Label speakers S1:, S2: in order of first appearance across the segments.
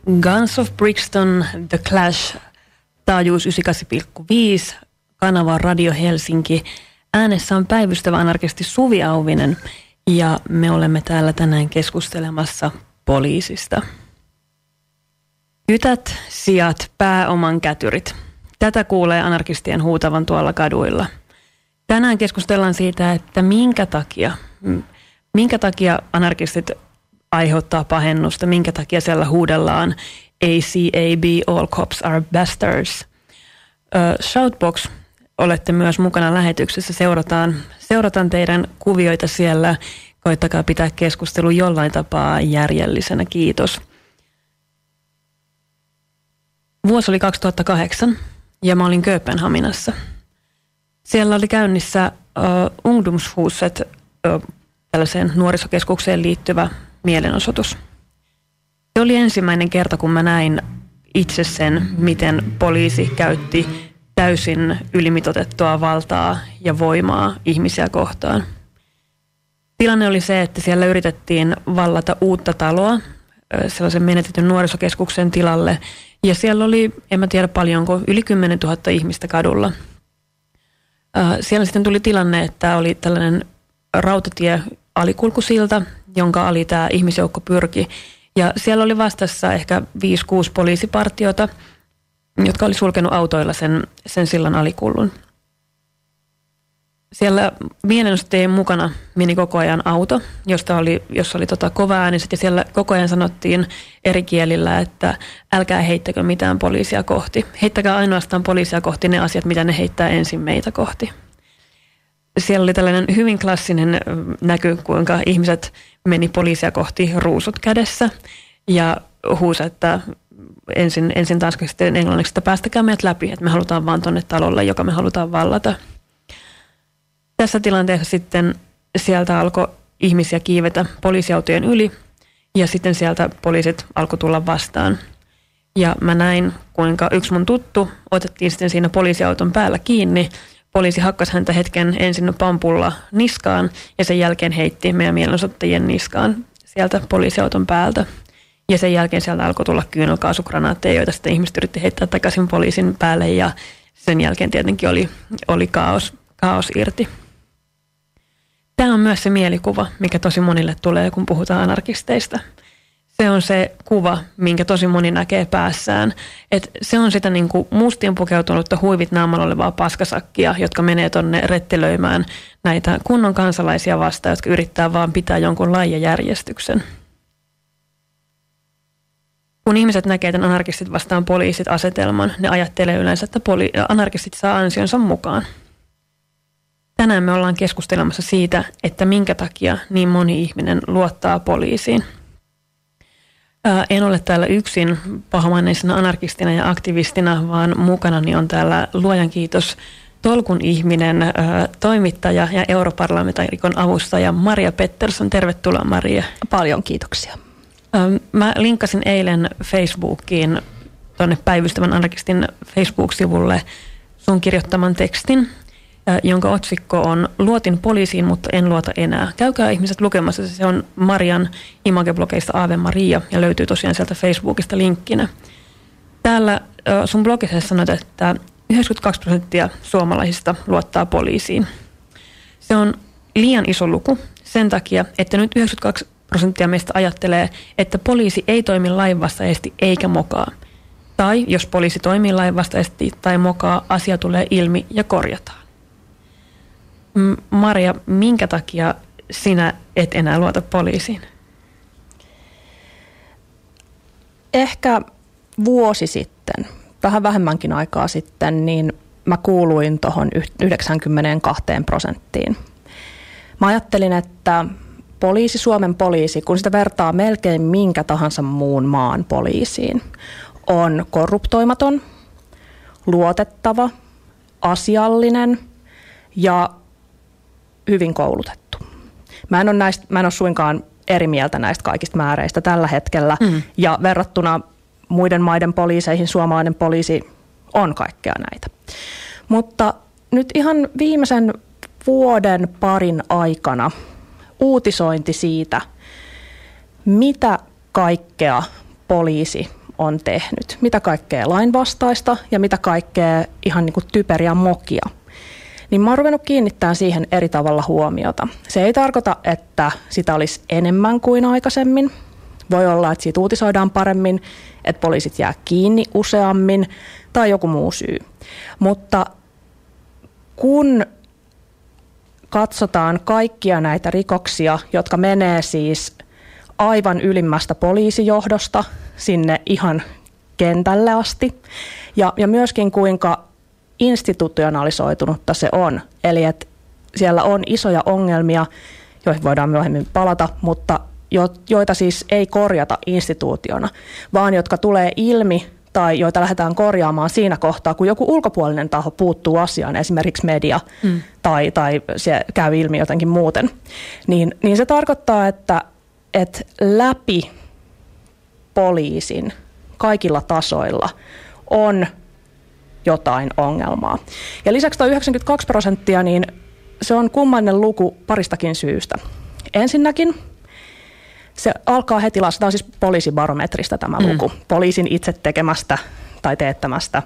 S1: Guns of Brixton, The Clash, taajuus 98,5, kanava Radio Helsinki. Äänessä on päivystävä anarkisti Suvi Auvinen ja me olemme täällä tänään keskustelemassa poliisista. Kytät, sijat, pääoman kätyrit. Tätä kuulee anarkistien huutavan tuolla kaduilla. Tänään keskustellaan siitä, että minkä takia anarkistit aiheuttaa pahennusta, minkä takia siellä huudellaan ACAB, all cops are bastards. Shoutbox, olette myös mukana lähetyksessä, seurataan teidän kuvioita siellä. Koittakaa pitää keskustelu jollain tapaa järjellisenä, kiitos. Vuosi oli 2008 ja mä olin Kööpenhaminassa. Siellä oli käynnissä Ungdomshuset, tällaiseen nuorisokeskukseen liittyvä mielenosoitus. Se oli ensimmäinen kerta, kun mä näin itse sen, miten poliisi käytti täysin ylimitoitettua valtaa ja voimaa ihmisiä kohtaan. Tilanne oli se, että siellä yritettiin vallata uutta taloa sellaisen menetetyn nuorisokeskuksen tilalle. Ja siellä oli, en mä tiedä paljonko, yli 10 000 ihmistä kadulla. Siellä sitten tuli tilanne, että oli tällainen rautatie-alikulkusilta, jonka ali tämä ihmisjoukko pyrki. Ja siellä oli vastassa ehkä 5-6 poliisipartiota, jotka oli sulkenut autoilla sen sillan alikullun. Siellä mielenosoittajien mukana meni koko ajan auto, jossa oli kova ääniset, ja siellä koko ajan sanottiin eri kielillä, että älkää heittäkö mitään poliisia kohti. Heittäkää ainoastaan poliisia kohti ne asiat, mitä ne heittää ensin meitä kohti. Siellä oli tällainen hyvin klassinen näky, kuinka ihmiset meni poliisia kohti ruusut kädessä ja huusi, että ensin tanskaksi sitten englanniksi, että päästäkää meidät läpi, että me halutaan vaan tuonne talolle, joka me halutaan vallata. Tässä tilanteessa sitten sieltä alkoi ihmisiä kiivetä poliisiautojen yli ja sitten sieltä poliisit alkoi tulla vastaan. Ja mä näin, kuinka yksi mun tuttu otettiin sitten siinä poliisiauton päällä kiinni. Poliisi hakkasi häntä hetken ensin pampulla niskaan ja sen jälkeen heitti meidän mielenosoittajien niskaan sieltä poliisiauton päältä. Ja sen jälkeen sieltä alkoi tulla kyynelkaasukranaatteja, joita sitten ihmiset yritti heittää takaisin poliisin päälle ja sen jälkeen tietenkin oli kaos irti. Tämä on myös se mielikuva, mikä tosi monille tulee, kun puhutaan anarkisteista. Se on se kuva, minkä tosi moni näkee päässään. Et se on sitä niin kuin mustiin pukeutunutta huivit naamalla olevaa paskasakkia, jotka menee tonne rettelöimään näitä kunnon kansalaisia vastaan, jotka yrittää vaan pitää jonkun laijajärjestyksen. Kun ihmiset näkee tämän anarkistit vastaan poliisit asetelman, ne ajattelee yleensä, että anarkistit saa ansionsa mukaan. Tänään me ollaan keskustelemassa siitä, että minkä takia niin moni ihminen luottaa poliisiin. En ole täällä yksin pahamaineisena anarkistina ja aktivistina, vaan mukanani on täällä luojan kiitos tolkun ihminen, toimittaja ja europarlamentaarikon avustaja Maria Pettersson. Tervetuloa, Maria.
S2: Paljon kiitoksia.
S1: Mä linkkasin eilen Facebookiin tuonne Päivystävän anarkistin Facebook-sivulle sun kirjoittaman tekstin, jonka otsikko on Luotin poliisiin, mutta en luota enää. Käykää ihmiset lukemassa. Se on Marian Image-blogeista Ave Maria ja löytyy tosiaan sieltä Facebookista linkkinä. Täällä sun blogissa sanot, että 92% suomalaisista luottaa poliisiin. Se on liian iso luku sen takia, että nyt 92% meistä ajattelee, että poliisi ei toimi lainvastaisesti eikä mokaa. Tai jos poliisi toimii lainvastaisesti tai mokaa, asia tulee ilmi ja korjataan. Maria, minkä takia sinä et enää luota poliisiin?
S2: Ehkä vuosi sitten, vähän vähemmänkin aikaa sitten, niin mä kuuluin tuohon 92%. Mä ajattelin, että poliisi, Suomen poliisi, kun sitä vertaa melkein minkä tahansa muun maan poliisiin, on korruptoimaton, luotettava, asiallinen ja hyvin koulutettu. Mä en ole suinkaan eri mieltä näistä kaikista määreistä tällä hetkellä. Ja verrattuna muiden maiden poliiseihin suomalainen poliisi on kaikkea näitä. Mutta nyt ihan viimeisen vuoden parin aikana uutisointi siitä, mitä kaikkea poliisi on tehnyt, mitä kaikkea lainvastaista ja mitä kaikkea ihan niin kuin typeriä mokia. Niin mä oon ruvennut kiinnittämään siihen eri tavalla huomiota. Se ei tarkoita, että sitä olisi enemmän kuin aikaisemmin. Voi olla, että siitä uutisoidaan paremmin, että poliisit jää kiinni useammin tai joku muu syy. Mutta kun katsotaan kaikkia näitä rikoksia, jotka menee siis aivan ylimmästä poliisijohdosta sinne ihan kentälle asti, ja myöskin kuinka institutionalisoitunutta se on. Eli että siellä on isoja ongelmia, joihin voidaan myöhemmin palata, mutta joita siis ei korjata instituutiona, vaan jotka tulee ilmi tai joita lähdetään korjaamaan siinä kohtaa, kun joku ulkopuolinen taho puuttuu asiaan, esimerkiksi media, tai se käy ilmi jotenkin muuten. Niin se tarkoittaa, että läpi poliisin kaikilla tasoilla on jotain ongelmaa. Ja lisäksi tuo 92%, niin se on kummallinen luku paristakin syystä. Ensinnäkin se alkaa heti laskea, siis poliisibarometrista tämä luku, poliisin itse tekemästä tai teettämästä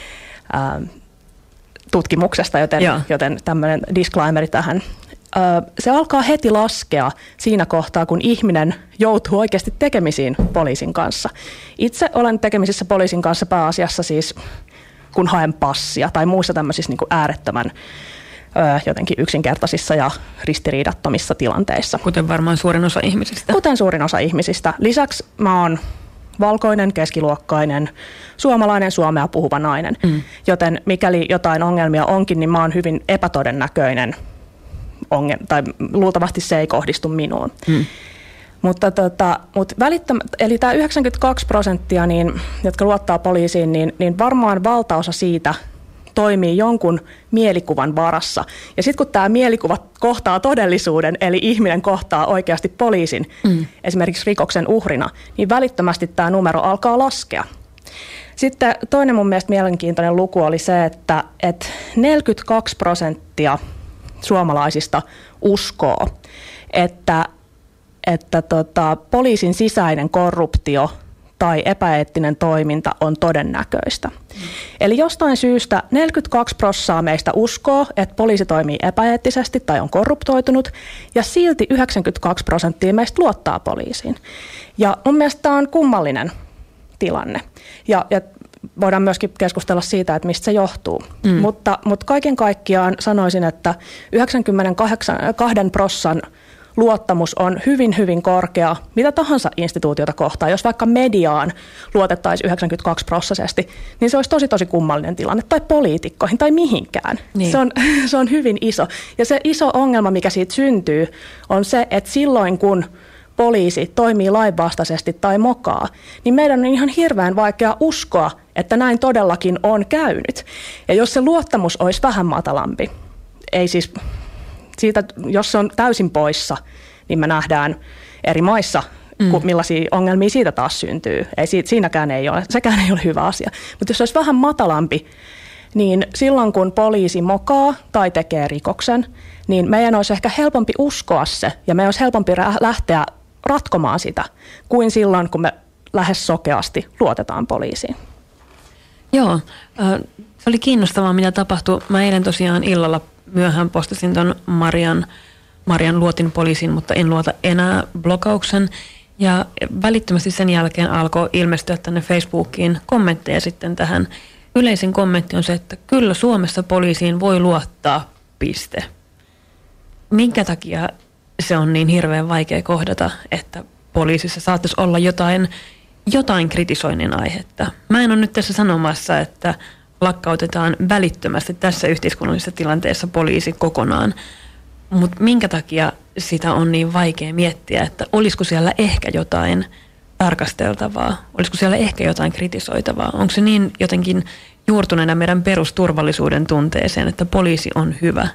S2: tutkimuksesta, joten tämmöinen disclaimeri tähän. Se alkaa heti laskea siinä kohtaa, kun ihminen joutuu oikeasti tekemisiin poliisin kanssa. Itse olen tekemisissä poliisin kanssa pääasiassa siis, kun haen passia tai muissa tämmöisissä niin kuin äärettömän jotenkin yksinkertaisissa ja ristiriidattomissa tilanteissa.
S1: Kuten varmaan suurin osa ihmisistä.
S2: Kuten suurin osa ihmisistä. Lisäksi mä oon valkoinen, keskiluokkainen, suomalainen, suomea puhuva nainen. Joten mikäli jotain ongelmia onkin, niin mä oon hyvin epätodennäköinen tai luultavasti se ei kohdistu minuun. Mutta eli tämä 92%, niin, jotka luottaa poliisiin, niin varmaan valtaosa siitä toimii jonkun mielikuvan varassa. Ja sitten kun tämä mielikuva kohtaa todellisuuden, eli ihminen kohtaa oikeasti poliisin, esimerkiksi rikoksen uhrina, niin välittömästi tämä numero alkaa laskea. Sitten toinen mun mielestä mielenkiintoinen luku oli se, että 42% suomalaisista uskoo, että poliisin sisäinen korruptio tai epäeettinen toiminta on todennäköistä. Eli jostain syystä 42% meistä uskoo, että poliisi toimii epäeettisesti tai on korruptoitunut, ja silti 92% meistä luottaa poliisiin. Ja mun mielestä tämä on kummallinen tilanne. Ja voidaan myöskin keskustella siitä, että mistä se johtuu. Mutta kaiken kaikkiaan sanoisin, että 92% luottamus on hyvin, hyvin korkea mitä tahansa instituutiota kohtaan. Jos vaikka mediaan luotettaisiin 92%, niin se olisi tosi, tosi kummallinen tilanne. Tai poliitikkoihin tai mihinkään. Niin. Se on hyvin iso. Ja se iso ongelma, mikä siitä syntyy, on se, että silloin kun poliisi toimii lainvastaisesti tai mokaa, niin meidän on ihan hirveän vaikea uskoa, että näin todellakin on käynyt. Ja jos se luottamus olisi vähän matalampi, ei siis siitä, jos se on täysin poissa, niin me nähdään eri maissa, millaisia ongelmia siitä taas syntyy. Sekään ei ole hyvä asia. Mutta jos se olisi vähän matalampi, niin silloin kun poliisi mokaa tai tekee rikoksen, niin meidän olisi ehkä helpompi uskoa se ja meidän olisi helpompi lähteä ratkomaan sitä kuin silloin, kun me lähes sokeasti luotetaan poliisiin.
S1: Joo, se oli kiinnostavaa, mitä tapahtui. Mä eilen tosiaan illalla myöhään postasin ton Marian luotin poliisiin, mutta en luota enää blokauksen. Ja välittömästi sen jälkeen alkoi ilmestyä tänne Facebookiin kommentteja sitten tähän. Yleisin kommentti on se, että kyllä Suomessa poliisiin voi luottaa, piste. Minkä takia se on niin hirveän vaikea kohdata, että poliisissa saattaisi olla jotain kritisoinnin aihetta. Mä en ole nyt tässä sanomassa, että lakkautetaan välittömästi tässä yhteiskunnallisessa tilanteessa poliisi kokonaan. Mutta minkä takia sitä on niin vaikea miettiä, että olisiko siellä ehkä jotain tarkasteltavaa, olisiko siellä ehkä jotain kritisoitavaa? Onko se niin jotenkin juurtuneena meidän perusturvallisuuden tunteeseen, että poliisi on hyvä?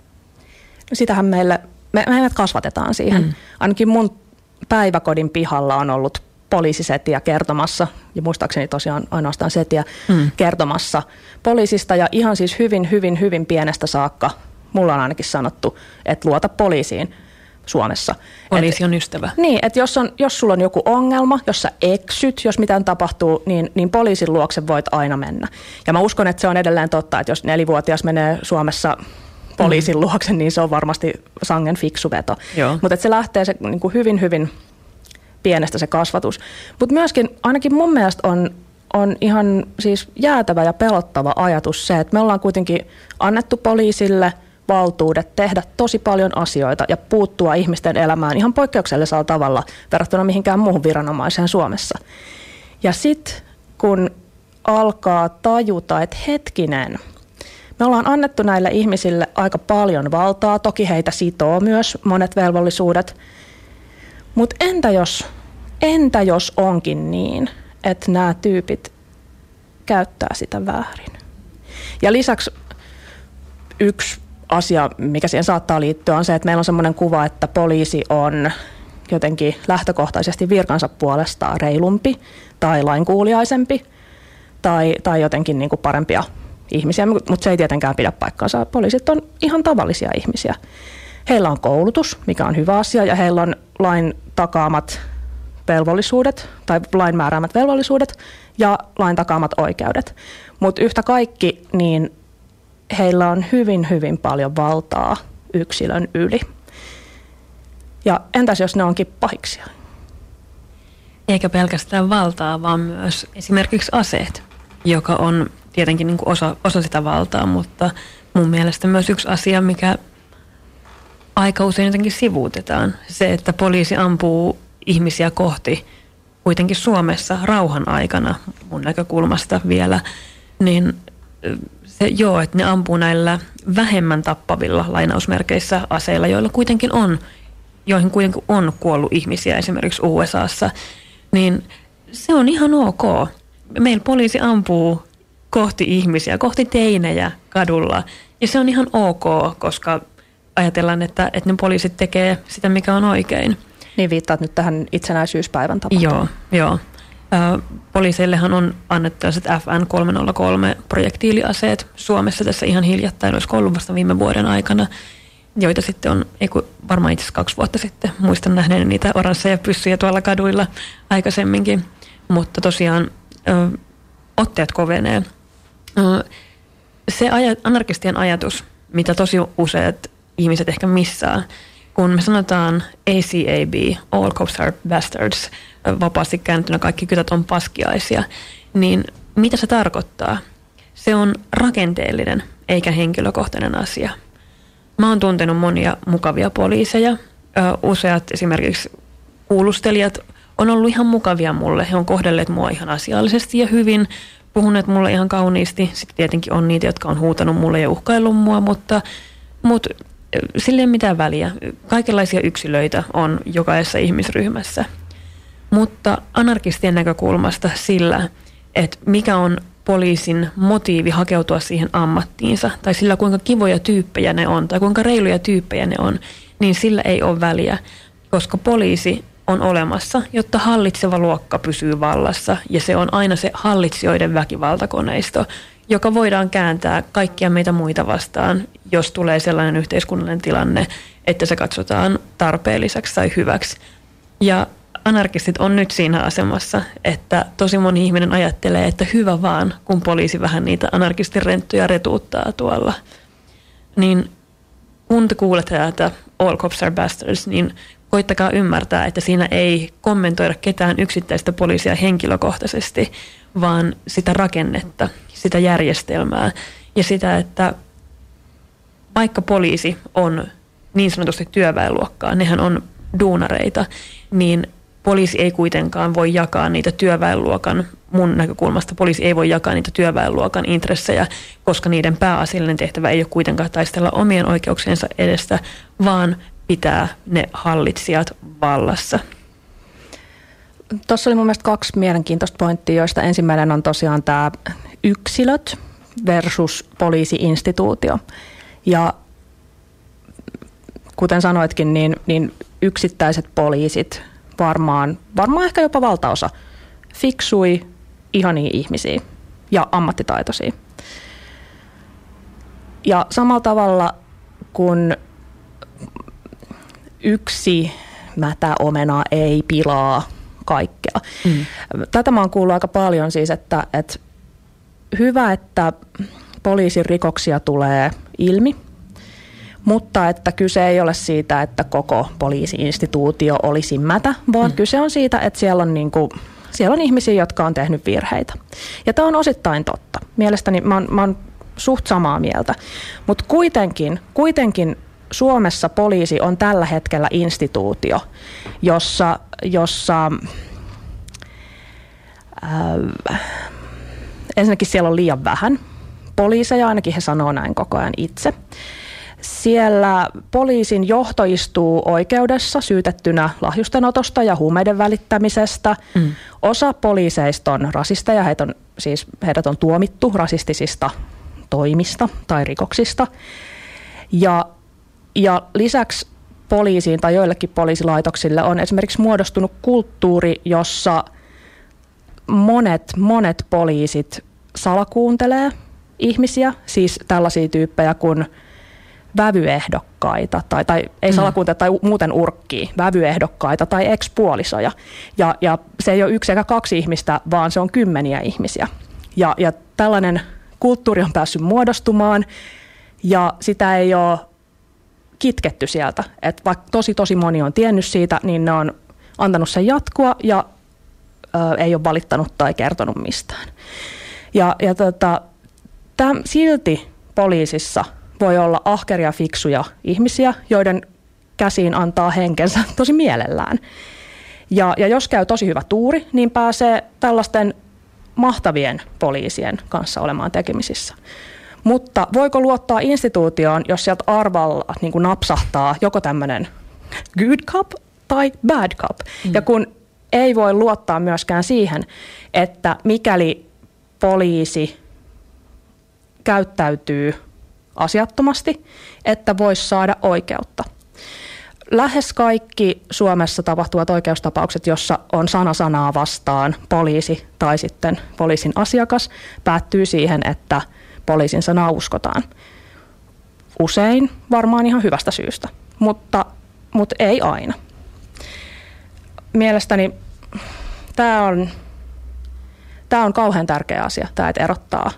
S2: Sitähän meidät kasvatetaan siihen. Ainakin mun päiväkodin pihalla on ollut poliisisetiä kertomassa, ja muistaakseni tosiaan ainoastaan setiä kertomassa poliisista, ja ihan siis hyvin, hyvin, hyvin pienestä saakka mulla on ainakin sanottu, että luota poliisiin. Suomessa.
S1: Poliisi on ystävä.
S2: Niin, että jos sulla on joku ongelma, jos sä eksyt, jos mitään tapahtuu, niin poliisin luokse voit aina mennä. Ja mä uskon, että se on edelleen totta, että jos 4-vuotias menee Suomessa poliisin luokse, niin se on varmasti sangen fiksu veto. Mutta se lähtee se niin kuin hyvin, hyvin pienestä se kasvatus. Mutta myöskin ainakin mun mielestä on ihan siis jäätävä ja pelottava ajatus se, että me ollaan kuitenkin annettu poliisille valtuudet tehdä tosi paljon asioita ja puuttua ihmisten elämään ihan poikkeuksellisella tavalla verrattuna mihinkään muuhun viranomaiseen Suomessa. Ja sitten kun alkaa tajuta, että hetkinen, me ollaan annettu näille ihmisille aika paljon valtaa, toki heitä sitoo myös monet velvollisuudet, mutta entä jos onkin niin, että nämä tyypit käyttää sitä väärin? Ja lisäksi yksi asia, mikä siihen saattaa liittyä, on se, että meillä on semmoinen kuva, että poliisi on jotenkin lähtökohtaisesti virkansa puolestaan reilumpi tai lainkuuliaisempi tai jotenkin niin kuin parempia ihmisiä, mutta se ei tietenkään pidä paikkaansa. Poliisit on ihan tavallisia ihmisiä. Heillä on koulutus, mikä on hyvä asia, ja heillä on lain takaamat velvollisuudet tai lain määräämät velvollisuudet ja lain takaamat oikeudet. Mutta yhtä kaikki, niin heillä on hyvin, hyvin paljon valtaa yksilön yli. Ja entäs jos ne onkin pahiksia?
S1: Eikä pelkästään valtaa, vaan myös esimerkiksi aseet, joka on tietenkin niin kuin osa sitä valtaa, mutta mun mielestä myös yksi asia, mikä aika usein jotenkin sivuutetaan, se, että poliisi ampuu ihmisiä kohti kuitenkin Suomessa rauhan aikana mun näkökulmasta vielä, niin se että ne ampuu näillä vähemmän tappavilla lainausmerkeissä aseilla, joihin kuitenkin on kuollut ihmisiä esimerkiksi USAssa, niin se on ihan ok. Meillä poliisi ampuu kohti ihmisiä, kohti teinejä kadulla, ja se on ihan ok, koska ajatellaan, että ne poliisit tekee sitä, mikä on oikein.
S2: Niin viittaat nyt tähän itsenäisyyspäivän tapahtumaan.
S1: Joo. Poliiseillehan on annettu tällaiset FN 303 projektiiliaseet Suomessa tässä ihan hiljattain, olisiko ollut vasta viime vuoden aikana, joita sitten on, varmaan itse asiassa 2 vuotta sitten, muistan nähneen niitä oransseja pyssyjä tuolla kaduilla aikaisemminkin, mutta tosiaan otteet kovenee. Se anarkistien ajatus, mitä tosi useat ihmiset ehkä missaa, kun me sanotaan ACAB, all cops are bastards, vapaasti kääntynä kaikki kytät on paskiaisia, niin mitä se tarkoittaa? Se on rakenteellinen eikä henkilökohtainen asia. Mä oon tuntenut monia mukavia poliiseja. Useat esimerkiksi kuulustelijat on ollut ihan mukavia mulle. He on kohdelleet mua ihan asiallisesti ja hyvin, puhuneet mulle ihan kauniisti. Sitten tietenkin on niitä, jotka on huutanut mulle ja uhkaillut mua, mutta sillä ei ole mitään väliä. Kaikenlaisia yksilöitä on jokaisessa ihmisryhmässä. Mutta anarkistien näkökulmasta sillä, että mikä on poliisin motiivi hakeutua siihen ammattiinsa, tai sillä kuinka kivoja tyyppejä ne on, tai kuinka reiluja tyyppejä ne on, niin sillä ei ole väliä, koska poliisi on olemassa, jotta hallitseva luokka pysyy vallassa, ja se on aina se hallitsijoiden väkivaltakoneisto, joka voidaan kääntää kaikkia meitä muita vastaan, jos tulee sellainen yhteiskunnallinen tilanne, että se katsotaan tarpeelliseksi tai hyväksi. Ja anarkistit on nyt siinä asemassa, että tosi moni ihminen ajattelee, että hyvä vaan, kun poliisi vähän niitä anarkistirenttuja retuuttaa tuolla. Niin kun te kuulette tätä all cops are bastards, niin koittakaa ymmärtää, että siinä ei kommentoida ketään yksittäistä poliisia henkilökohtaisesti, vaan sitä rakennetta, sitä järjestelmää ja sitä, että vaikka poliisi on niin sanotusti työväenluokkaa, nehän on duunareita, niin poliisi ei kuitenkaan voi jakaa niitä työväenluokan, mun näkökulmasta poliisi ei voi jakaa niitä työväenluokan intressejä, koska niiden pääasiallinen tehtävä ei ole kuitenkaan taistella omien oikeuksiensa edestä, vaan pitää ne hallitsijat vallassa.
S2: Tuossa oli mun mielestä 2 mielenkiintoista pointtia, joista ensimmäinen on tosiaan tämä yksilöt versus poliisi-instituutio. Ja kuten sanoitkin, niin yksittäiset poliisit, varmaan ehkä jopa valtaosa, fiksui ihania ihmisiä ja ammattitaitoisia. Ja samalla tavalla kun yksi mätä omena ei pilaa kaikkea. Tätä mä oon kuullut aika paljon siis, että hyvä, että poliisin rikoksia tulee ilmi, mutta että kyse ei ole siitä, että koko poliisi-instituutio olisi mätä, vaan kyse on siitä, että siellä on ihmisiä, jotka on tehnyt virheitä. Ja tämä on osittain totta. Mielestäni mä oon suht samaa mieltä, mutta kuitenkin Suomessa poliisi on tällä hetkellä instituutio, jossa ensinnäkin siellä on liian vähän poliiseja, ainakin he sanoo näin koko ajan itse. Siellä poliisin johto istuu oikeudessa syytettynä lahjustenotosta ja huumeiden välittämisestä. Osa poliiseista on rasisteja, heidät on tuomittu rasistisista toimista tai rikoksista. Ja lisäksi poliisiin tai joillekin poliisilaitoksille on esimerkiksi muodostunut kulttuuri, jossa monet poliisit salakuuntelee ihmisiä, siis tällaisia tyyppejä kuin vävyehdokkaita tai ei salakuuntele tai muuten urkkii, vävyehdokkaita tai ex-puolisoja. Ja se ei ole yksi eikä kaksi ihmistä, vaan se on kymmeniä ihmisiä. Ja tällainen kulttuuri on päässyt muodostumaan ja sitä ei ole kitketty sieltä. Et vaikka tosi moni on tiennyt siitä, niin ne on antanut sen jatkua ja ei ole valittanut tai kertonut mistään. Silti poliisissa voi olla ahkeria, fiksuja ihmisiä, joiden käsiin antaa henkensä tosi mielellään. Ja jos käy tosi hyvä tuuri, niin pääsee tällaisten mahtavien poliisien kanssa olemaan tekemisissä. Mutta voiko luottaa instituutioon, jos sieltä arvalla niin kuin napsahtaa joko tämmöinen good cop tai bad cop? Ja kun ei voi luottaa myöskään siihen, että mikäli poliisi käyttäytyy asiattomasti, että voisi saada oikeutta. Lähes kaikki Suomessa tapahtuvat oikeustapaukset, jossa on sana sanaa vastaan poliisi tai sitten poliisin asiakas, päättyy siihen, että poliisin sanaa uskotaan. Usein varmaan ihan hyvästä syystä, mutta ei aina. Mielestäni tämä on kauhean tärkeä asia, tämä, että erottaa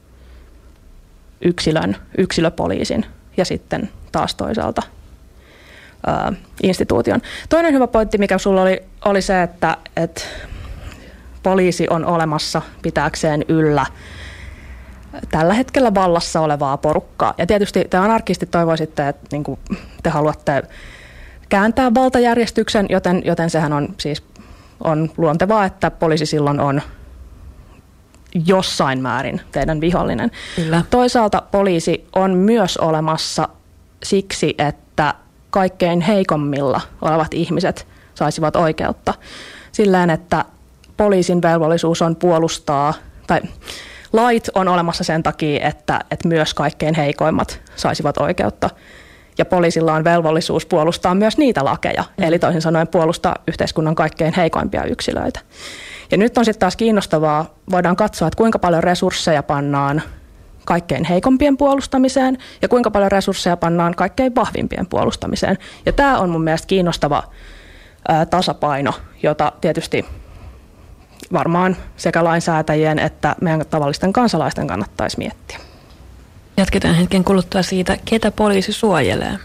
S2: yksilöpoliisin ja sitten taas toisaalta instituution. Toinen hyvä pointti, mikä sulla oli se, että poliisi on olemassa pitääkseen yllä tällä hetkellä vallassa olevaa porukkaa. Ja tietysti te anarkistit toivoisitte, että niin kuin te haluatte kääntää valtajärjestyksen, joten sehän on luontevaa, että poliisi silloin on jossain määrin teidän vihollinen.
S1: Kyllä.
S2: Toisaalta poliisi on myös olemassa siksi, että kaikkein heikommilla olevat ihmiset saisivat oikeutta. Silleen, että poliisin velvollisuus on puolustaa, tai lait on olemassa sen takia, että myös kaikkein heikoimmat saisivat oikeutta. Ja poliisilla on velvollisuus puolustaa myös niitä lakeja, eli toisin sanoen puolustaa yhteiskunnan kaikkein heikoimpia yksilöitä. Ja nyt on sitten taas kiinnostavaa, voidaan katsoa, että kuinka paljon resursseja pannaan kaikkein heikompien puolustamiseen ja kuinka paljon resursseja pannaan kaikkein vahvimpien puolustamiseen. Ja tämä on mun mielestä kiinnostava tasapaino, jota tietysti varmaan sekä lainsäätäjien että meidän tavallisten kansalaisten kannattaisi miettiä.
S1: Jatketaan hetken kuluttua siitä, ketä poliisi suojelee.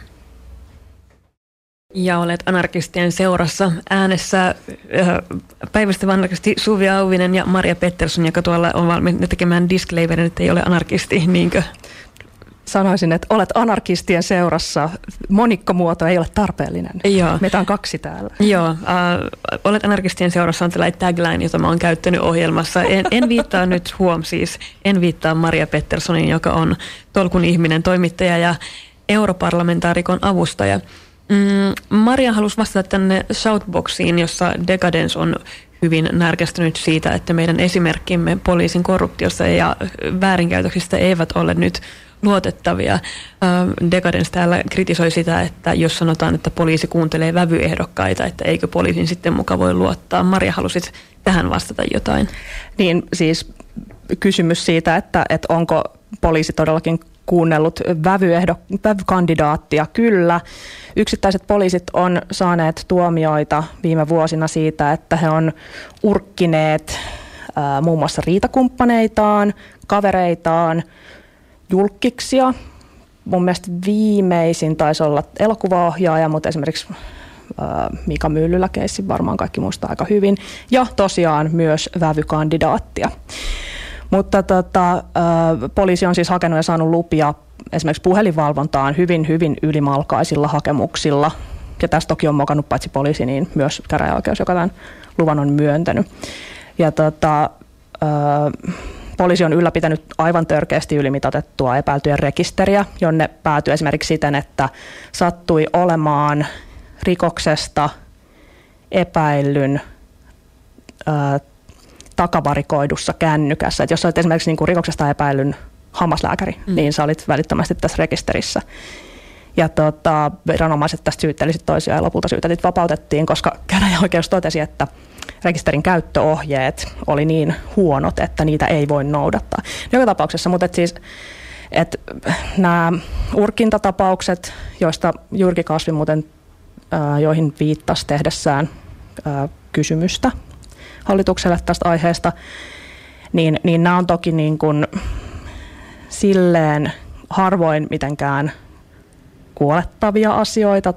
S1: Ja olet anarkistien seurassa äänessä päivystävä anarkisti Suvi Auvinen ja Maria Pettersson, joka tuolla on valmiina tekemään disclaimerin, että ei ole anarkisti, niinkö?
S2: Sanoisin, että olet anarkistien seurassa. Monikkomuoto ei ole tarpeellinen.
S1: Joo.
S2: Meitä on kaksi täällä.
S1: Joo, olet anarkistien seurassa on tällainen tagline, jota mä oon käyttänyt ohjelmassa. En viittaa nyt en viittaa Maria Petterssonin, joka on Tolkun ihminen, toimittaja ja europarlamentaarikon avustaja. Maria halusi vastata tänne shoutboxiin, jossa Decadence on hyvin närkästynyt siitä, että meidän esimerkkimme poliisin korruptiosta ja väärinkäytöksistä eivät ole nyt luotettavia. Decadence täällä kritisoi sitä, että jos sanotaan, että poliisi kuuntelee vävyehdokkaita, että eikö poliisin sitten muka voi luottaa. Maria, halusit tähän vastata jotain?
S2: Niin siis kysymys siitä, että onko poliisi todellakin kuunnellut vävykandidaattia. Kyllä, yksittäiset poliisit on saaneet tuomioita viime vuosina siitä, että he on urkkineet muun muassa riitakumppaneitaan, kavereitaan, julkkiksia. Mun mielestä viimeisin taisi olla elokuvaohjaaja, mutta esimerkiksi Mika Myllylä-keissi varmaan kaikki muistaa aika hyvin. Ja tosiaan myös vävykandidaattia. Mutta poliisi on siis hakenut ja saanut lupia esimerkiksi puhelinvalvontaan hyvin, hyvin ylimalkaisilla hakemuksilla. Ja tässä toki on mokannut paitsi poliisi, niin myös käräjäoikeus, joka tämän luvan on myöntänyt. Ja poliisi on ylläpitänyt aivan törkeästi ylimitoitettua epäiltyjen rekisteriä, jonne päätyi esimerkiksi siten, että sattui olemaan rikoksesta epäillyn takavarikoidussa kännykässä. Et jos olet esimerkiksi niin rikoksesta epäillyn hammaslääkäri, niin sä olit välittömästi tässä rekisterissä. Ja viranomaiset tästä syytteli toisiaan ja lopulta syytetyt vapautettiin, koska käräjäoikeus totesi, että rekisterin käyttöohjeet oli niin huonot, että niitä ei voi noudattaa. Joka tapauksessa, mutta nämä urkintatapaukset, joista Jyrki Kasvi muuten, joihin viittasi tehdessään kysymystä hallitukselle tästä aiheesta, niin nämä on toki niin kuin silleen harvoin mitenkään kuolettavia asioita,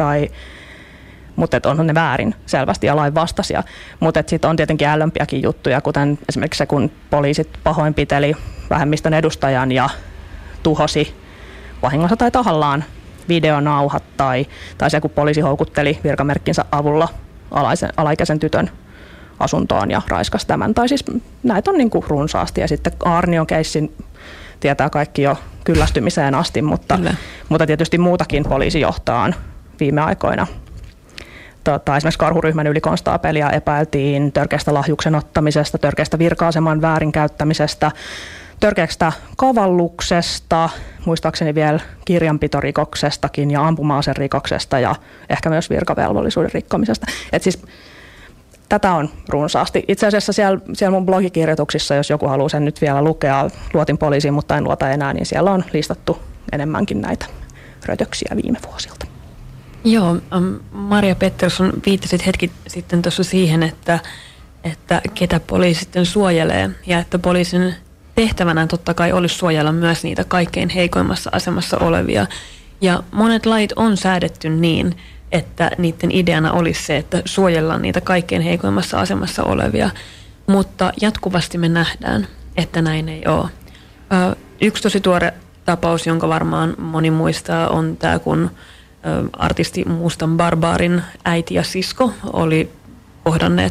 S2: mutta onhan ne väärin selvästi ja lainvastaisia. Mutta sitten on tietenkin ällömpiäkin juttuja, kuten esimerkiksi se, kun poliisit pahoinpiteli vähemmistön edustajan ja tuhosi vahingossa tai tahallaan videonauhat, tai se, kun poliisi houkutteli virkamerkkinsä avulla alaikäisen tytön asuntoon ja raiskasi tämän. Tai siis näitä on niin kuin runsaasti. Ja sitten Aarnion keissin tietää kaikki jo kyllästymiseen asti, mutta tietysti muutakin poliisijohtoaan viime aikoina. Esimerkiksi karhuryhmän ylikonstaapelia epäiltiin törkeästä lahjuksen ottamisesta, törkeästä virka-aseman väärinkäyttämisestä, törkeästä kavalluksesta, muistaakseni vielä kirjanpitorikoksestakin ja ampuma-aserikoksesta ja ehkä myös virkavelvollisuuden rikkomisesta. Et siis tätä on runsaasti. Itse asiassa siellä mun blogikirjoituksissa, jos joku haluaa sen nyt vielä lukea, luotin poliisiin, mutta en luota enää, niin siellä on listattu enemmänkin näitä rötöksiä viime vuosilta.
S1: Joo, Maria Pettersson viittasit hetki sitten tuossa siihen, että ketä poliisi sitten suojelee ja että poliisin tehtävänä totta kai olisi suojella myös niitä kaikkein heikoimmassa asemassa olevia. Ja monet lait on säädetty niin, että niiden ideana olisi se, että suojellaan niitä kaikkein heikoimmassa asemassa olevia, mutta jatkuvasti me nähdään, että näin ei ole. Yksi tosi tuore tapaus, jonka varmaan moni muistaa, on tämä, kun artisti Mustan Barbaarin äiti ja sisko oli kohdanneet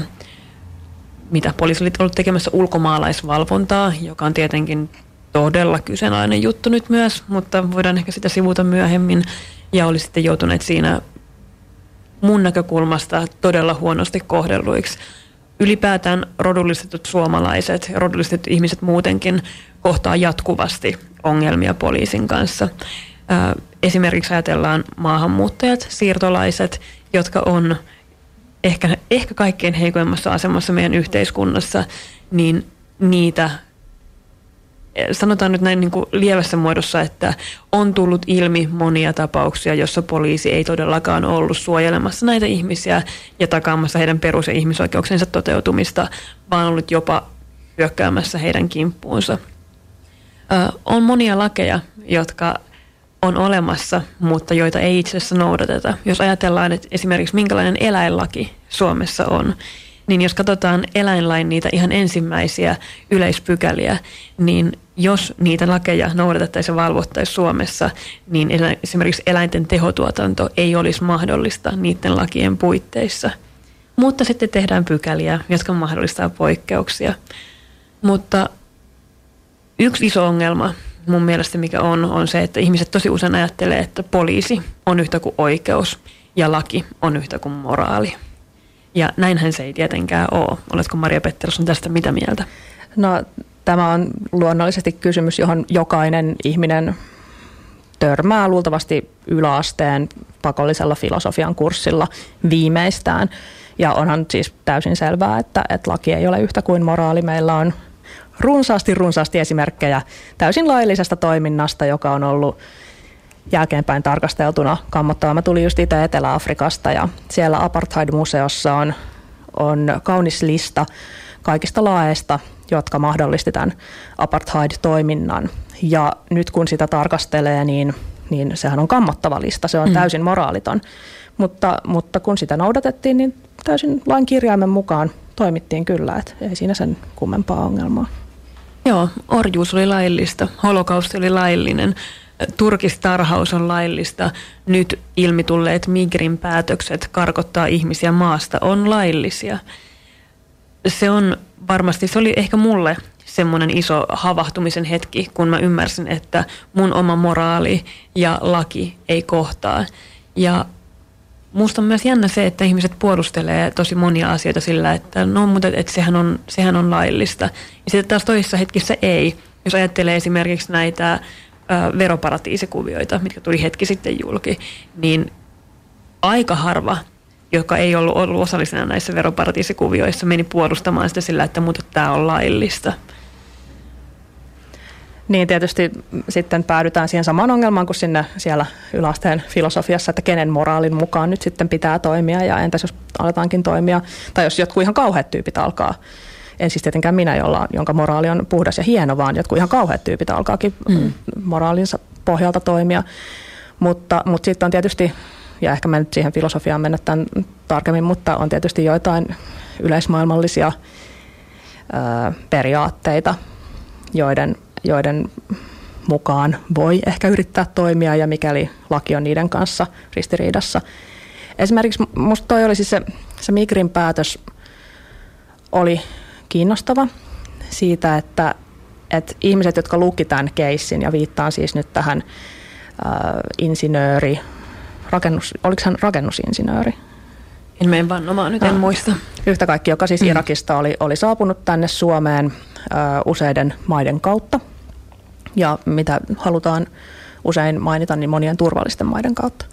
S1: mitä poliisi oli ollut tekemässä ulkomaalaisvalvontaa, joka on tietenkin todella kyseenalainen juttu nyt myös, mutta voidaan ehkä sitä sivuta myöhemmin. Ja oli sitten joutuneet siinä mun näkökulmasta todella huonosti kohdelluiksi. Ylipäätään rodullistetut suomalaiset, rodullistetut ihmiset muutenkin kohtaa jatkuvasti ongelmia poliisin kanssa. Esimerkiksi ajatellaan maahanmuuttajat, siirtolaiset, jotka on ehkä kaikkein heikoimmassa asemassa meidän yhteiskunnassa, niin niitä, sanotaan nyt näin niin kuin lievässä muodossa, että on tullut ilmi monia tapauksia, jossa poliisi ei todellakaan ollut suojelemassa näitä ihmisiä ja takaamassa heidän perus- ja ihmisoikeuksiensa toteutumista, vaan ollut jopa hyökkäämässä heidän kimppuunsa. On monia lakeja, jotka on olemassa, mutta joita ei itse asiassa noudateta. Jos ajatellaan, että esimerkiksi minkälainen eläinlaki Suomessa on, niin jos katsotaan eläinlain niitä ihan ensimmäisiä yleispykäliä, niin jos niitä lakeja noudatettaisiin ja valvottaisiin Suomessa, niin esimerkiksi eläinten tehotuotanto ei olisi mahdollista niiden lakien puitteissa. Mutta sitten tehdään pykäliä, jotka mahdollistaa poikkeuksia. Mutta yksi iso ongelma mun mielestä mikä on se, että ihmiset tosi usein ajattelee, että poliisi on yhtä kuin oikeus ja laki on yhtä kuin moraali. Ja näinhän se ei tietenkään ole. Oletko Maria Pettersson tästä mitä mieltä?
S2: No tämä on luonnollisesti kysymys, johon jokainen ihminen törmää luultavasti yläasteen pakollisella filosofian kurssilla viimeistään. Ja onhan siis täysin selvää, että laki ei ole yhtä kuin moraali. Meillä on runsaasti esimerkkejä täysin laillisesta toiminnasta, joka on ollut jälkeenpäin tarkasteltuna kammottavaa. Mä tulin just itse Etelä-Afrikasta ja siellä Apartheid-museossa on kaunis lista kaikista laeista, jotka mahdollisti tämän Apartheid-toiminnan. Ja nyt kun sitä tarkastelee, niin sehän on kammottava lista, se on täysin moraaliton. Mutta kun sitä noudatettiin, niin täysin lain kirjaimen mukaan toimittiin kyllä, että ei siinä sen kummempaa ongelmaa.
S1: Joo, orjuus oli laillista, holokausti oli laillinen, turkistarhaus on laillista, nyt ilmitulleet Migrin päätökset karkottaa ihmisiä maasta on laillisia. Se oli ehkä mulle semmoinen iso havahtumisen hetki, kun mä ymmärsin, että mun oma moraali ja laki ei kohtaa. Ja musta on myös jännä se, että ihmiset puolustelee tosi monia asioita sillä, että no, mutta että sehän on laillista. Ja sitten taas toisissa hetkissä ei. Jos ajattelee esimerkiksi näitä veroparatiisikuvioita, mitkä tuli hetki sitten julki, niin aika harva, joka ei ollut osallisena näissä veroparatiisikuvioissa, meni puolustamaan sitä sillä, että mutta tämä on laillista.
S2: Niin tietysti sitten päädytään siihen samaan ongelmaan kuin siellä yläasteen filosofiassa, että kenen moraalin mukaan nyt sitten pitää toimia ja entäs jos aletaankin toimia, tai jos jotkut ihan kauheat tyypit alkaa, en siis tietenkään minä, jonka moraali on puhdas ja hieno, vaan jotkut ihan kauheat tyypit alkaakin moraalinsa pohjalta toimia, mutta sitten on tietysti, ja ehkä mä nyt siihen filosofiaan mennä tämän tarkemmin, mutta on tietysti joitain yleismaailmallisia periaatteita, joiden mukaan voi ehkä yrittää toimia ja mikäli laki on niiden kanssa ristiriidassa. Esimerkiksi musta toi oli siis se Migrin päätös oli kiinnostava siitä, että ihmiset, jotka luki tämän keissin ja viittaan siis nyt tähän oliko hän rakennusinsinööri?
S1: En mene vannomaan, nyt en muista.
S2: Yhtä kaikki, joka siis Irakista oli saapunut tänne Suomeen useiden maiden kautta. Ja mitä halutaan usein mainita, niin monien turvallisten maiden kautta.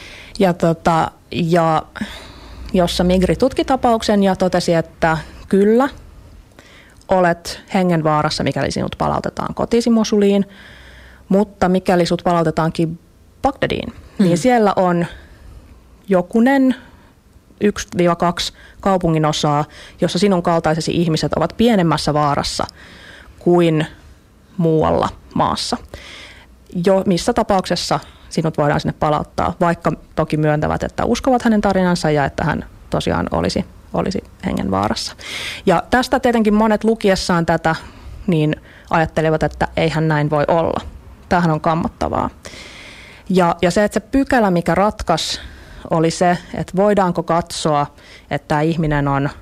S2: Ja jossa Migri tutki tapauksen ja totesi, että kyllä, olet hengenvaarassa, mikäli sinut palautetaan kotiisi Mosuliin, mutta mikäli sinut palautetaankin Bagdadiin, niin siellä on jokunen 1-2 kaupunginosaa, jossa sinun kaltaisesi ihmiset ovat pienemmässä vaarassa kuin muualla maassa. Jo missä tapauksessa sinut voidaan sinne palauttaa, vaikka toki myöntävät, että uskovat hänen tarinansa ja että hän tosiaan olisi hengenvaarassa. Ja tästä tietenkin monet lukiessaan tätä niin ajattelevat, että eihän näin voi olla. Tämähän on kammottavaa. Ja se, että se pykälä, mikä ratkaisi, oli se, että voidaanko katsoa, että tämä ihminen on,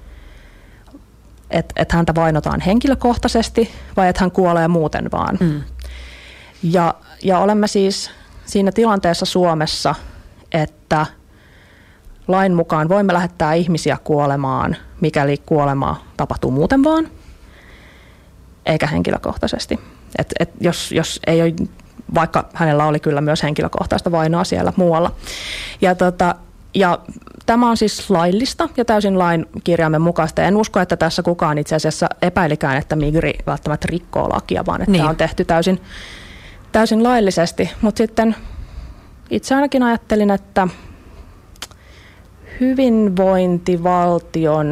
S2: että häntä vainotaan henkilökohtaisesti vai että hän kuolee muuten vaan. Ja olemme siis siinä tilanteessa Suomessa, että lain mukaan voimme lähettää ihmisiä kuolemaan, mikäli kuolema tapahtuu muuten vaan, eikä henkilökohtaisesti. Jos ei ole, vaikka hänellä oli kyllä myös henkilökohtaista vainoa siellä muualla. Ja tämä on siis laillista ja täysin lain kirjaimen mukaista. En usko, että tässä kukaan itse asiassa epäilikään, että Migri välttämättä rikkoo lakia, vaan että tämä on tehty täysin laillisesti. Mutta sitten itse ainakin ajattelin, että hyvinvointivaltion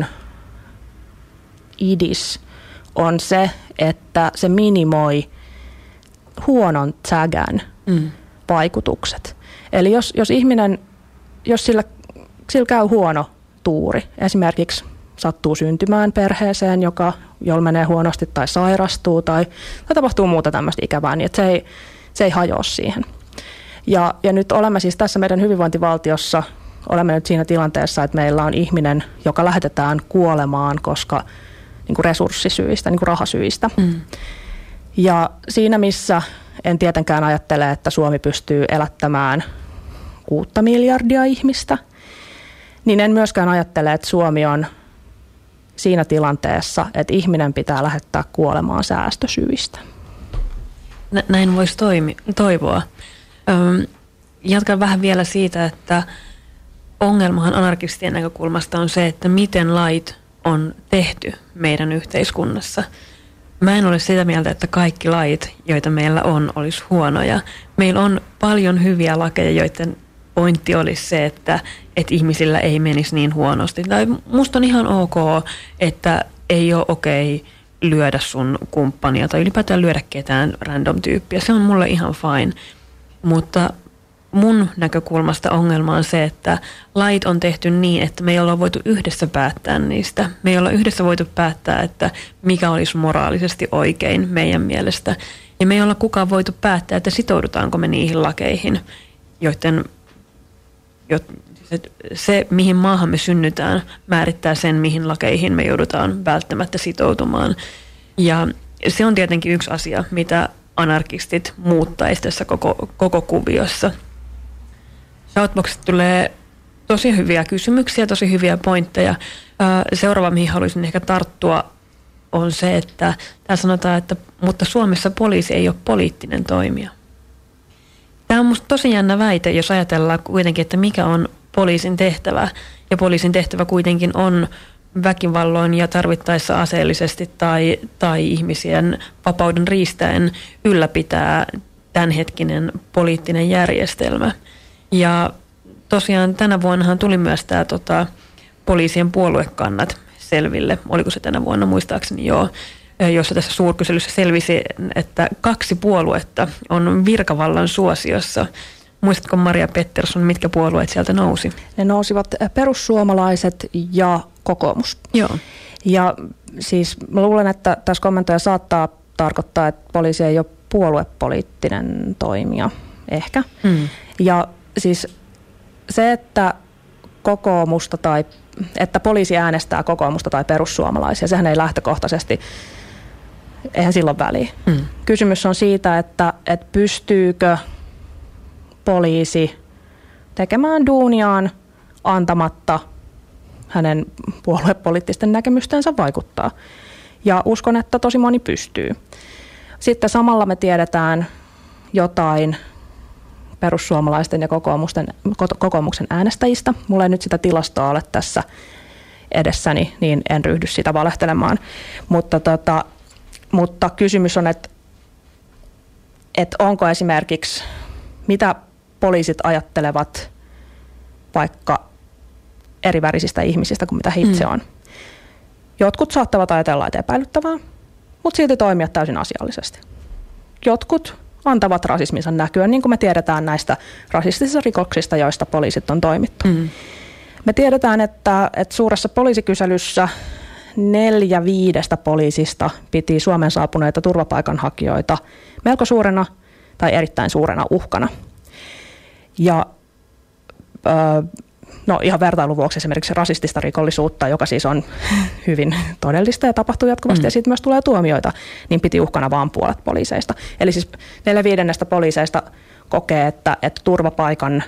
S2: idis on se, että se minimoi huonon tsägän vaikutukset. Eli jos ihminen, jos sillä käy huono tuuri, esimerkiksi sattuu syntymään perheeseen, jolla menee huonosti tai sairastuu tai tapahtuu muuta tämmöistä ikävää, niin että se ei hajoa siihen. Ja nyt olemme siis tässä meidän hyvinvointivaltiossa, olemme nyt siinä tilanteessa, että meillä on ihminen, joka lähetetään kuolemaan, koska niin kuin resurssisyistä, niin kuin rahasyistä. Ja siinä missä en tietenkään ajattele, että Suomi pystyy elättämään 6 miljardia ihmistä, niin en myöskään ajattele, että Suomi on siinä tilanteessa, että ihminen pitää lähettää kuolemaan säästösyistä.
S1: Näin voisi toivoa. Jatkan vähän vielä siitä, että ongelmahan anarkistien näkökulmasta on se, että miten lait on tehty meidän yhteiskunnassa. Mä en ole sitä mieltä, että kaikki lait, joita meillä on, olisi huonoja. Meillä on paljon hyviä lakeja, joiden pointti olisi se, että ihmisillä ei menisi niin huonosti. Tai musta on ihan ok, että ei ole okei lyödä sun kumppania tai ylipäätään lyödä ketään random tyyppiä. Se on mulle ihan fine. Mutta mun näkökulmasta ongelma on se, että lait on tehty niin, että me ei olla voitu yhdessä päättää niistä. Me ei olla yhdessä voitu päättää, että mikä olisi moraalisesti oikein meidän mielestä. Ja me ei olla kukaan voitu päättää, että sitoudutaanko me niihin lakeihin, joiden se, mihin maahan me synnytään, määrittää sen, mihin lakeihin me joudutaan välttämättä sitoutumaan. Ja se on tietenkin yksi asia, mitä anarkistit muuttaisi tässä koko kuviossa. Shoutboxista tulee tosi hyviä kysymyksiä, tosi hyviä pointteja. Seuraava, mihin haluaisin ehkä tarttua, on se, että täällä sanotaan, että mutta Suomessa poliisi ei ole poliittinen toimija. Tämä on musta tosi jännä väite, jos ajatellaan kuitenkin, että mikä on poliisin tehtävä. Ja poliisin tehtävä kuitenkin on väkivalloin ja tarvittaessa aseellisesti tai ihmisien vapauden riistäen ylläpitää tämänhetkinen poliittinen järjestelmä. Ja tosiaan tänä vuonnahan tuli myös tämä poliisien puoluekannat selville. Oliko se tänä vuonna, muistaakseni joo, jossa tässä suurkyselyssä selvisi, että 2 puoluetta on virkavallan suosiossa. Muistatko Maria Pettersson, mitkä puolueet sieltä nousi?
S2: Ne nousivat perussuomalaiset ja kokoomus.
S1: Joo.
S2: Ja siis mä luulen, että tässä kommentoija saattaa tarkoittaa, että poliisi ei ole puoluepoliittinen toimija. Ehkä. Ja siis se, että että poliisi äänestää kokoomusta tai perussuomalaisia, sehän ei lähtökohtaisesti, eihän silloin väliä. Kysymys on siitä, että pystyykö poliisi tekemään duuniaan antamatta hänen puoluepoliittisten näkemystensä vaikuttaa. Ja uskon, että tosi moni pystyy. Sitten samalla me tiedetään jotain perussuomalaisten ja kokoomuksen äänestäjistä. Mulla ei nyt sitä tilastoa ole tässä edessäni, niin en ryhdy sitä valehtelemaan. Mutta kysymys on, että onko esimerkiksi, mitä poliisit ajattelevat vaikka eri värisistä ihmisistä kuin mitä he itse on. Jotkut saattavat ajatella, että epäilyttävää, mutta silti toimia täysin asiallisesti. Jotkut antavat rasisminsa näkyä, niin kuin me tiedetään näistä rasistisista rikoksista, joista poliisit on toimittu. Me tiedetään, että suuressa poliisikyselyssä 4/5 poliisista piti Suomen saapuneita turvapaikanhakijoita melko suurena tai erittäin suurena uhkana. Ja ihan vertailun vuoksi esimerkiksi rasistista rikollisuutta, joka siis on hyvin todellista ja tapahtuu jatkuvasti ja siitä myös tulee tuomioita, niin piti uhkana vaan puolet poliiseista. Eli siis 4/5 poliiseista kokee, että turvapaikan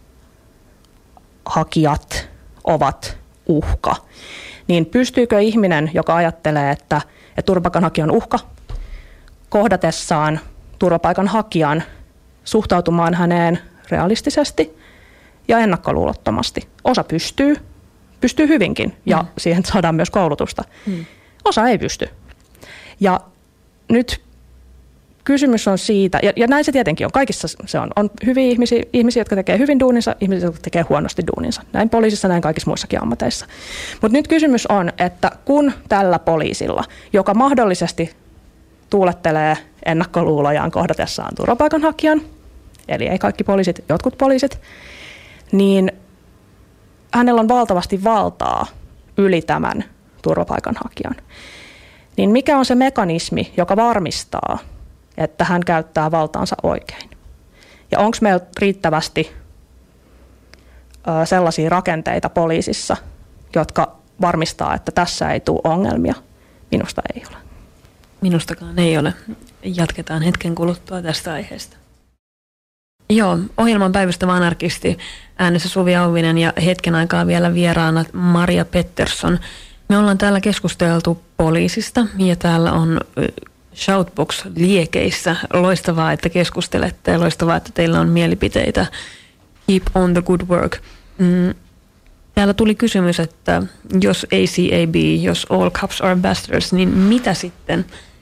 S2: hakijat ovat uhka. Niin pystyykö ihminen, joka ajattelee, että turvapaikanhakija on uhka, kohdatessaan turvapaikanhakijan suhtautumaan häneen realistisesti ja ennakkoluulottomasti? Osa pystyy hyvinkin ja siihen saadaan myös koulutusta. Osa ei pysty. Ja nyt kysymys on siitä, ja näin se tietenkin on, kaikissa se on hyviä ihmisiä, jotka tekee hyvin duuninsa, ihmisiä, jotka tekee huonosti duuninsa. Näin poliisissa, näin kaikissa muissakin ammateissa. Mutta nyt kysymys on, että kun tällä poliisilla, joka mahdollisesti tuulettelee ennakkoluulojaan kohdatessaan turvapaikanhakijan, eli ei kaikki poliisit, jotkut poliisit, niin hänellä on valtavasti valtaa yli tämän turvapaikanhakijan. Niin mikä on se mekanismi, joka varmistaa, että hän käyttää valtaansa oikein? Ja onko meillä riittävästi sellaisia rakenteita poliisissa, jotka varmistaa, että tässä ei tule ongelmia? Minusta ei ole.
S1: Minustakaan ei ole. Jatketaan hetken kuluttua tästä aiheesta. Joo, ohjelman päivystävä anarkisti äänessä Suvi Auvinen ja hetken aikaa vielä vieraana Maria Pettersson. Me ollaan täällä keskusteltu poliisista ja täällä on Shoutbox liekeissä. Loistavaa, että keskustelette ja loistavaa, että teillä on mielipiteitä. Keep on the good work. Täällä tuli kysymys, että jos ACAB, jos all cops are bastards, niin mitä sitten?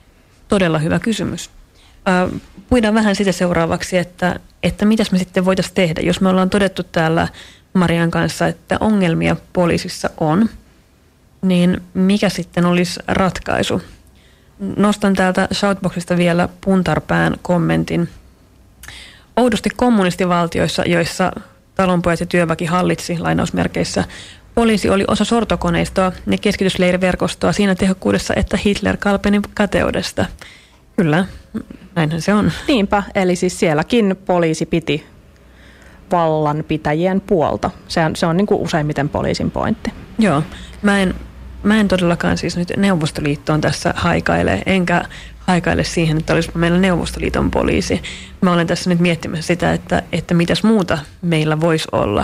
S1: todella hyvä kysymys. Puidaan vähän sitä seuraavaksi, että mitäs me sitten voitaisiin tehdä, jos me ollaan todettu täällä Marian kanssa, että ongelmia poliisissa on, niin mikä sitten olisi ratkaisu? Nostan täältä Shoutboxista vielä Puntarpään kommentin. Oudosti kommunistivaltioissa, joissa talonpojat ja työväki hallitsi, lainausmerkeissä, poliisi oli osa sortokoneistoa ja keskitysleiriverkostoa siinä tehokkuudessa, että Hitler kalpeni kateudesta. Kyllä, näinhän se on. Niinpä,
S2: eli siis sielläkin poliisi piti vallanpitäjien puolta. Se on niin kuin useimmiten poliisin pointti.
S1: Joo, mä en todellakaan siis nyt Neuvostoliittoon tässä haikaile, enkä haikaile siihen, että olisipa meillä Neuvostoliiton poliisi. Mä olen tässä nyt miettimässä sitä, että mitäs muuta meillä voisi olla.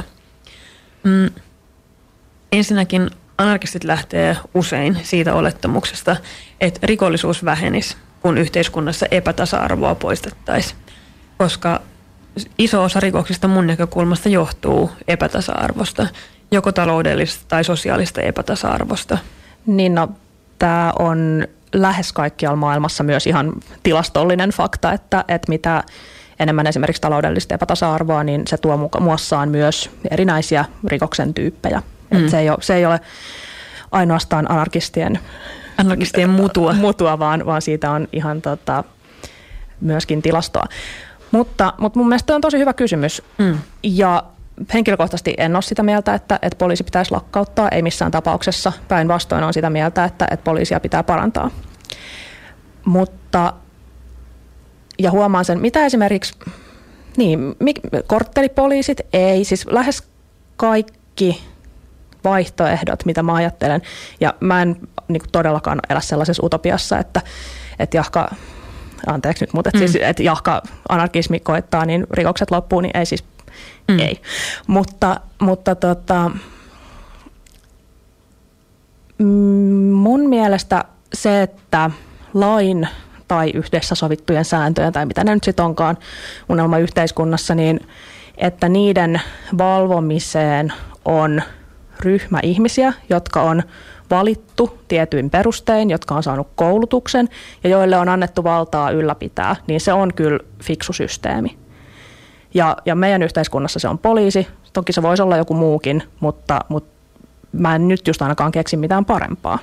S1: Ensinnäkin anarkistit lähtee usein siitä olettamuksesta, että rikollisuus vähenisi, kun yhteiskunnassa epätasa-arvoa poistettaisiin. Koska iso osa rikoksista mun näkökulmasta johtuu epätasa-arvosta, joko taloudellista tai sosiaalista epätasa-arvosta.
S2: Niin no, tämä on lähes kaikkialla maailmassa myös ihan tilastollinen fakta, että mitä enemmän esimerkiksi taloudellista epätasa-arvoa, niin se tuo muassaan myös erinäisiä rikoksen tyyppejä. Se ei ole ainoastaan anarkistien mutua vaan siitä on ihan myöskin tilastoa. Mutta mun mielestä on tosi hyvä kysymys. Ja henkilökohtaisesti en ole sitä mieltä, että poliisi pitäisi lakkauttaa, ei missään tapauksessa. Päinvastoin on sitä mieltä, että poliisia pitää parantaa. Ja huomaan sen, mitä esimerkiksi, korttelipoliisit ei, siis lähes kaikki vaihtoehdot, mitä mä ajattelen, ja mä en todellakaan elä sellaisessa utopiassa, että jahka, anteeksi nyt, mutta siis, että jahka anarkismi koettaa, niin rikokset loppuu, niin ei siis, ei. Mutta mun mielestä se, että lain tai yhdessä sovittujen sääntöjen tai mitä ne nyt sitten onkaan unelmayhteiskunnassa, niin että niiden valvomiseen on ryhmä ihmisiä, jotka on valittu tietyin perustein, jotka on saanut koulutuksen ja joille on annettu valtaa ylläpitää, niin se on kyllä fiksu systeemi. Ja meidän yhteiskunnassa se on poliisi, toki se voisi olla joku muukin, mutta mä en nyt just ainakaan keksi mitään parempaa.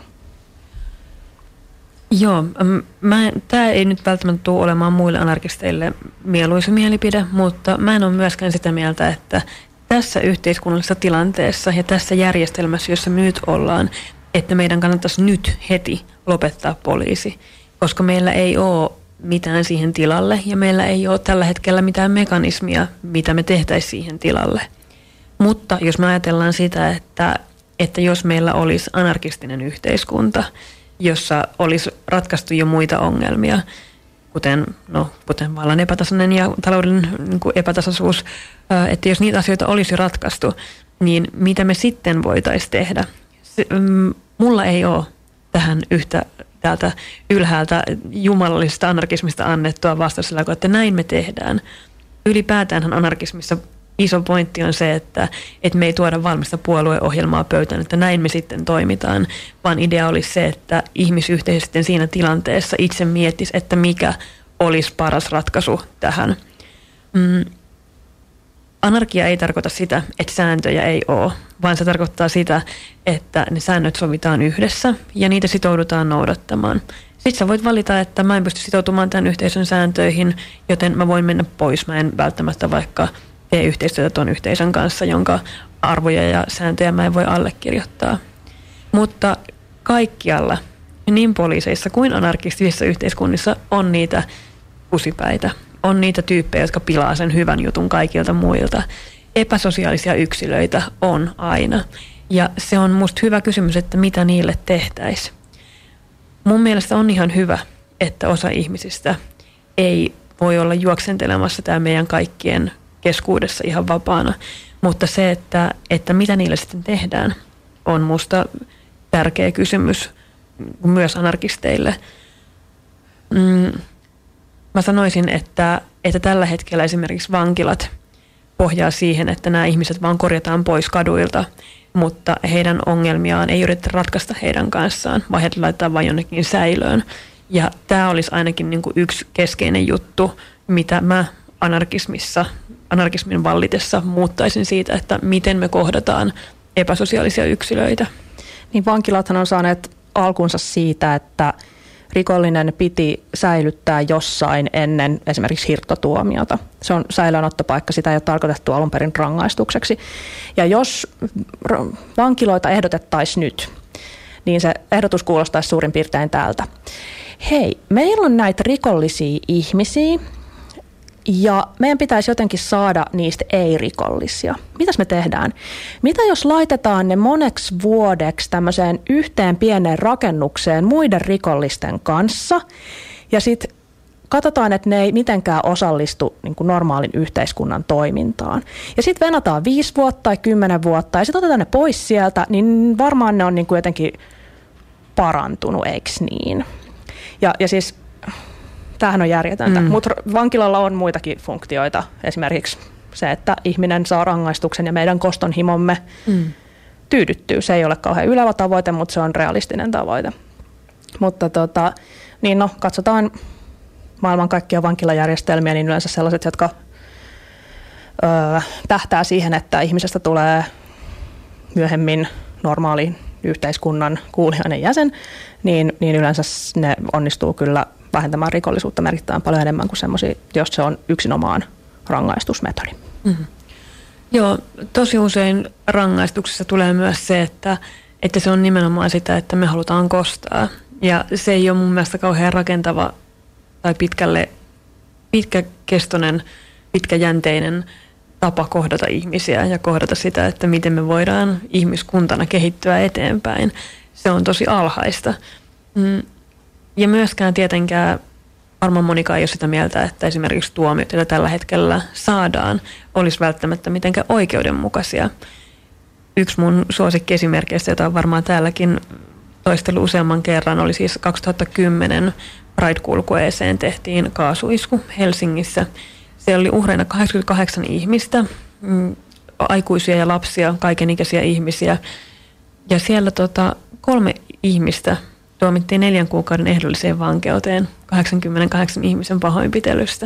S1: Joo, tämä ei nyt välttämättä tule olemaan muille anarkisteille mieluisa mielipide, mutta mä en ole myöskään sitä mieltä, että tässä yhteiskunnallisessa tilanteessa ja tässä järjestelmässä, jossa me nyt ollaan, että meidän kannattaisi nyt heti lopettaa poliisi, koska meillä ei ole mitään siihen tilalle ja meillä ei ole tällä hetkellä mitään mekanismia, mitä me tehtäisiin siihen tilalle. Mutta jos me ajatellaan sitä, että jos meillä olisi anarkistinen yhteiskunta, jossa olisi ratkaistu jo muita ongelmia, kuten vallan epätasainen ja talouden epätasaisuus, että jos niitä asioita olisi ratkaistu, niin mitä me sitten voitaisiin tehdä? Mulla ei ole tähän yhtä täältä ylhäältä jumalallisesta anarkismista annettua vastausella, että näin me tehdään. Ylipäätäänhän anarkismissa iso pointti on se, että me ei tuoda valmista puolueohjelmaa pöytään, että näin me sitten toimitaan, vaan idea olisi se, että ihmisyhteisö sitten siinä tilanteessa itse miettisi, että mikä olisi paras ratkaisu tähän. Anarkia ei tarkoita sitä, että sääntöjä ei ole, vaan se tarkoittaa sitä, että ne säännöt sovitaan yhdessä ja niitä sitoudutaan noudattamaan. Sitten sä voit valita, että mä en pysty sitoutumaan tämän yhteisön sääntöihin, joten mä voin mennä pois. Mä en välttämättä vaikka tee yhteistyötä tuon yhteisön kanssa, jonka arvoja ja sääntöjä mä en voi allekirjoittaa. Mutta kaikkialla, niin poliiseissa kuin anarkistisissa yhteiskunnissa on niitä kusipäitä. On niitä tyyppejä, jotka pilaa sen hyvän jutun kaikilta muilta. Epäsosiaalisia yksilöitä on aina. Ja se on musta hyvä kysymys, että mitä niille tehtäisiin. Mun mielestä on ihan hyvä, että osa ihmisistä ei voi olla juoksentelemassa tämä meidän kaikkien keskuudessa ihan vapaana. Mutta se, että mitä niille sitten tehdään, on musta tärkeä kysymys myös anarkisteille. Mä sanoisin, että tällä hetkellä esimerkiksi vankilat pohjaa siihen, että nämä ihmiset vaan korjataan pois kaduilta, mutta heidän ongelmiaan ei yritetä ratkaista heidän kanssaan, vaan heidät laitetaan vain jonnekin säilöön. Ja tämä olisi ainakin niin kuin yksi keskeinen juttu, mitä mä anarkismin vallitessa muuttaisin siitä, että miten me kohdataan epäsosiaalisia yksilöitä.
S2: Niin vankilathan on saaneet alkunsa siitä, että rikollinen piti säilyttää jossain ennen esimerkiksi hirttotuomiota. Se on säilöönottopaikka, sitä ei ole tarkoitettu alun perin rangaistukseksi. Ja jos vankiloita ehdotettaisiin nyt, niin se ehdotus kuulostaisi suurin piirtein tältä. Hei, meillä on näitä rikollisia ihmisiä ja meidän pitäisi jotenkin saada niistä ei-rikollisia. Mitäs me tehdään? Mitä jos laitetaan ne moneksi vuodeksi tämmöiseen yhteen pieneen rakennukseen muiden rikollisten kanssa ja sitten katsotaan, että ne ei mitenkään osallistu niin kuin normaalin yhteiskunnan toimintaan. Ja sitten venataan 5 vuotta tai 10 vuotta ja sitten otetaan ne pois sieltä, niin varmaan ne on niin kuin jotenkin parantunut, eikö niin? Ja siis tämähän on järjetöntä, mutta vankilalla on muitakin funktioita. Esimerkiksi se, että ihminen saa rangaistuksen ja meidän kostonhimomme tyydyttyy. Se ei ole kauhean ylevä tavoite, mutta se on realistinen tavoite. Mutta niin no, katsotaan maailman kaikkia vankilajärjestelmiä, niin yleensä sellaiset, jotka tähtää siihen, että ihmisestä tulee myöhemmin normaali yhteiskunnan kuulijainen jäsen, niin yleensä ne onnistuu kyllä vähentämään rikollisuutta merkittävän paljon enemmän kuin semmoisia, jos se on yksinomaan rangaistusmetodi.
S1: Mm-hmm. Joo, tosi usein rangaistuksessa tulee myös se, että se on nimenomaan sitä, että me halutaan kostaa. Ja se ei ole mun mielestä kauhean rakentava tai pitkäkestoinen, pitkäjänteinen tapa kohdata ihmisiä ja kohdata sitä, että miten me voidaan ihmiskuntana kehittyä eteenpäin. Se on tosi alhaista. Ja myöskään tietenkään varmaan monikaan ei ole sitä mieltä, että esimerkiksi tuomiot, joita tällä hetkellä saadaan, olisi välttämättä mitenkään oikeudenmukaisia. Yksi mun suosikkiesimerkkeistä, jota on varmaan täälläkin toistellut useamman kerran, oli siis 2010 Pride-kulkueeseen tehtiin kaasuisku Helsingissä. Siellä oli uhreina 88 ihmistä, aikuisia ja lapsia, kaikenikäisiä ihmisiä. Ja siellä 3 ihmistä tuomittiin 4 kuukauden ehdolliseen vankeuteen 88 ihmisen pahoinpitelystä.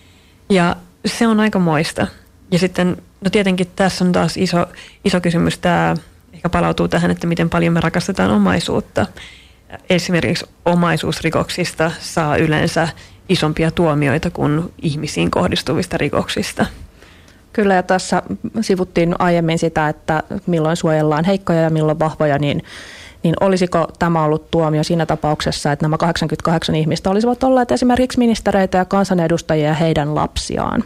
S1: Ja se on aika moista. Ja sitten, no tietenkin tässä on taas iso kysymys, tämä ehkä palautuu tähän, että miten paljon me rakastetaan omaisuutta. Esimerkiksi omaisuusrikoksista saa yleensä isompia tuomioita kuin ihmisiin kohdistuvista rikoksista.
S2: Kyllä, ja tässä sivuttiin aiemmin sitä, että milloin suojellaan heikkoja ja milloin vahvoja, niin olisiko tämä ollut tuomio siinä tapauksessa, että nämä 88 ihmistä olisivat olleet esimerkiksi ministereitä ja kansanedustajia ja heidän lapsiaan?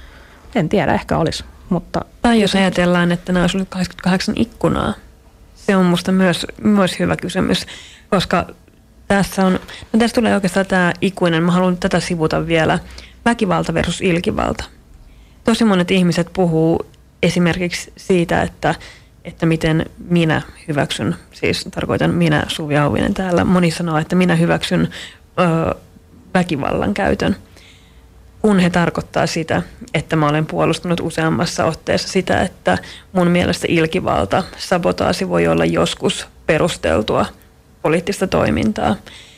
S2: En tiedä, ehkä olisi. Mutta
S1: tai jos ajatellaan, että nämä olisi ollut 88 ikkunaa, se on minusta myös hyvä kysymys, koska tässä tulee oikeastaan tämä ikuinen, mä haluan tätä sivuta vielä, väkivalta versus ilkivalta. Tosi monet ihmiset puhuu esimerkiksi siitä, että miten minä hyväksyn, siis tarkoitan minä Suvi Auvinen täällä, moni sanoo, että minä hyväksyn väkivallan käytön, kun he tarkoittaa sitä, että mä olen puolustanut useammassa otteessa sitä, että mun mielestä ilkivalta, sabotaasi voi olla joskus perusteltua poliittista toimintaa.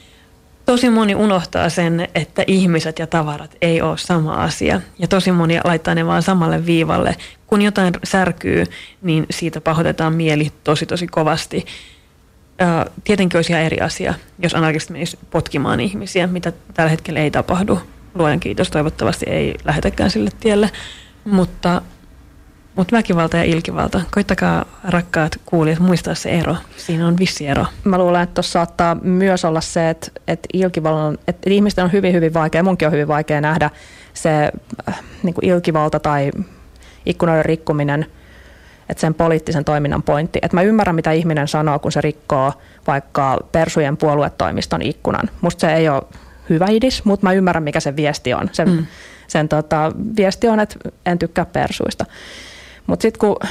S1: Tosi moni unohtaa sen, että ihmiset ja tavarat ei ole sama asia. Ja tosi moni laittaa ne vaan samalle viivalle. Kun jotain särkyy, niin siitä pahoitetaan mieli tosi kovasti. Tietenkin olisi ihan eri asia, jos anarkistit menisi potkimaan ihmisiä, mitä tällä hetkellä ei tapahdu. Luojan kiitos, toivottavasti ei lähetäkään sille tielle. Mutta väkivalta ja ilkivalta, koittakaa rakkaat kuulijat muistaa se ero. Siinä on vissi ero.
S2: Mä luulen, että tuossa saattaa myös olla se, että että ihmisten on hyvin vaikea, munkin on hyvin vaikea nähdä se niin kuin ilkivalta tai ikkunoiden rikkominen, että sen poliittisen toiminnan pointti. Että mä ymmärrän, mitä ihminen sanoo, kun se rikkoo vaikka Persujen puoluetoimiston ikkunan. Musta se ei ole hyvä idis, mutta mä ymmärrän, mikä se viesti on. Sen viesti on, että en tykkää persuista. Mutta sitten kun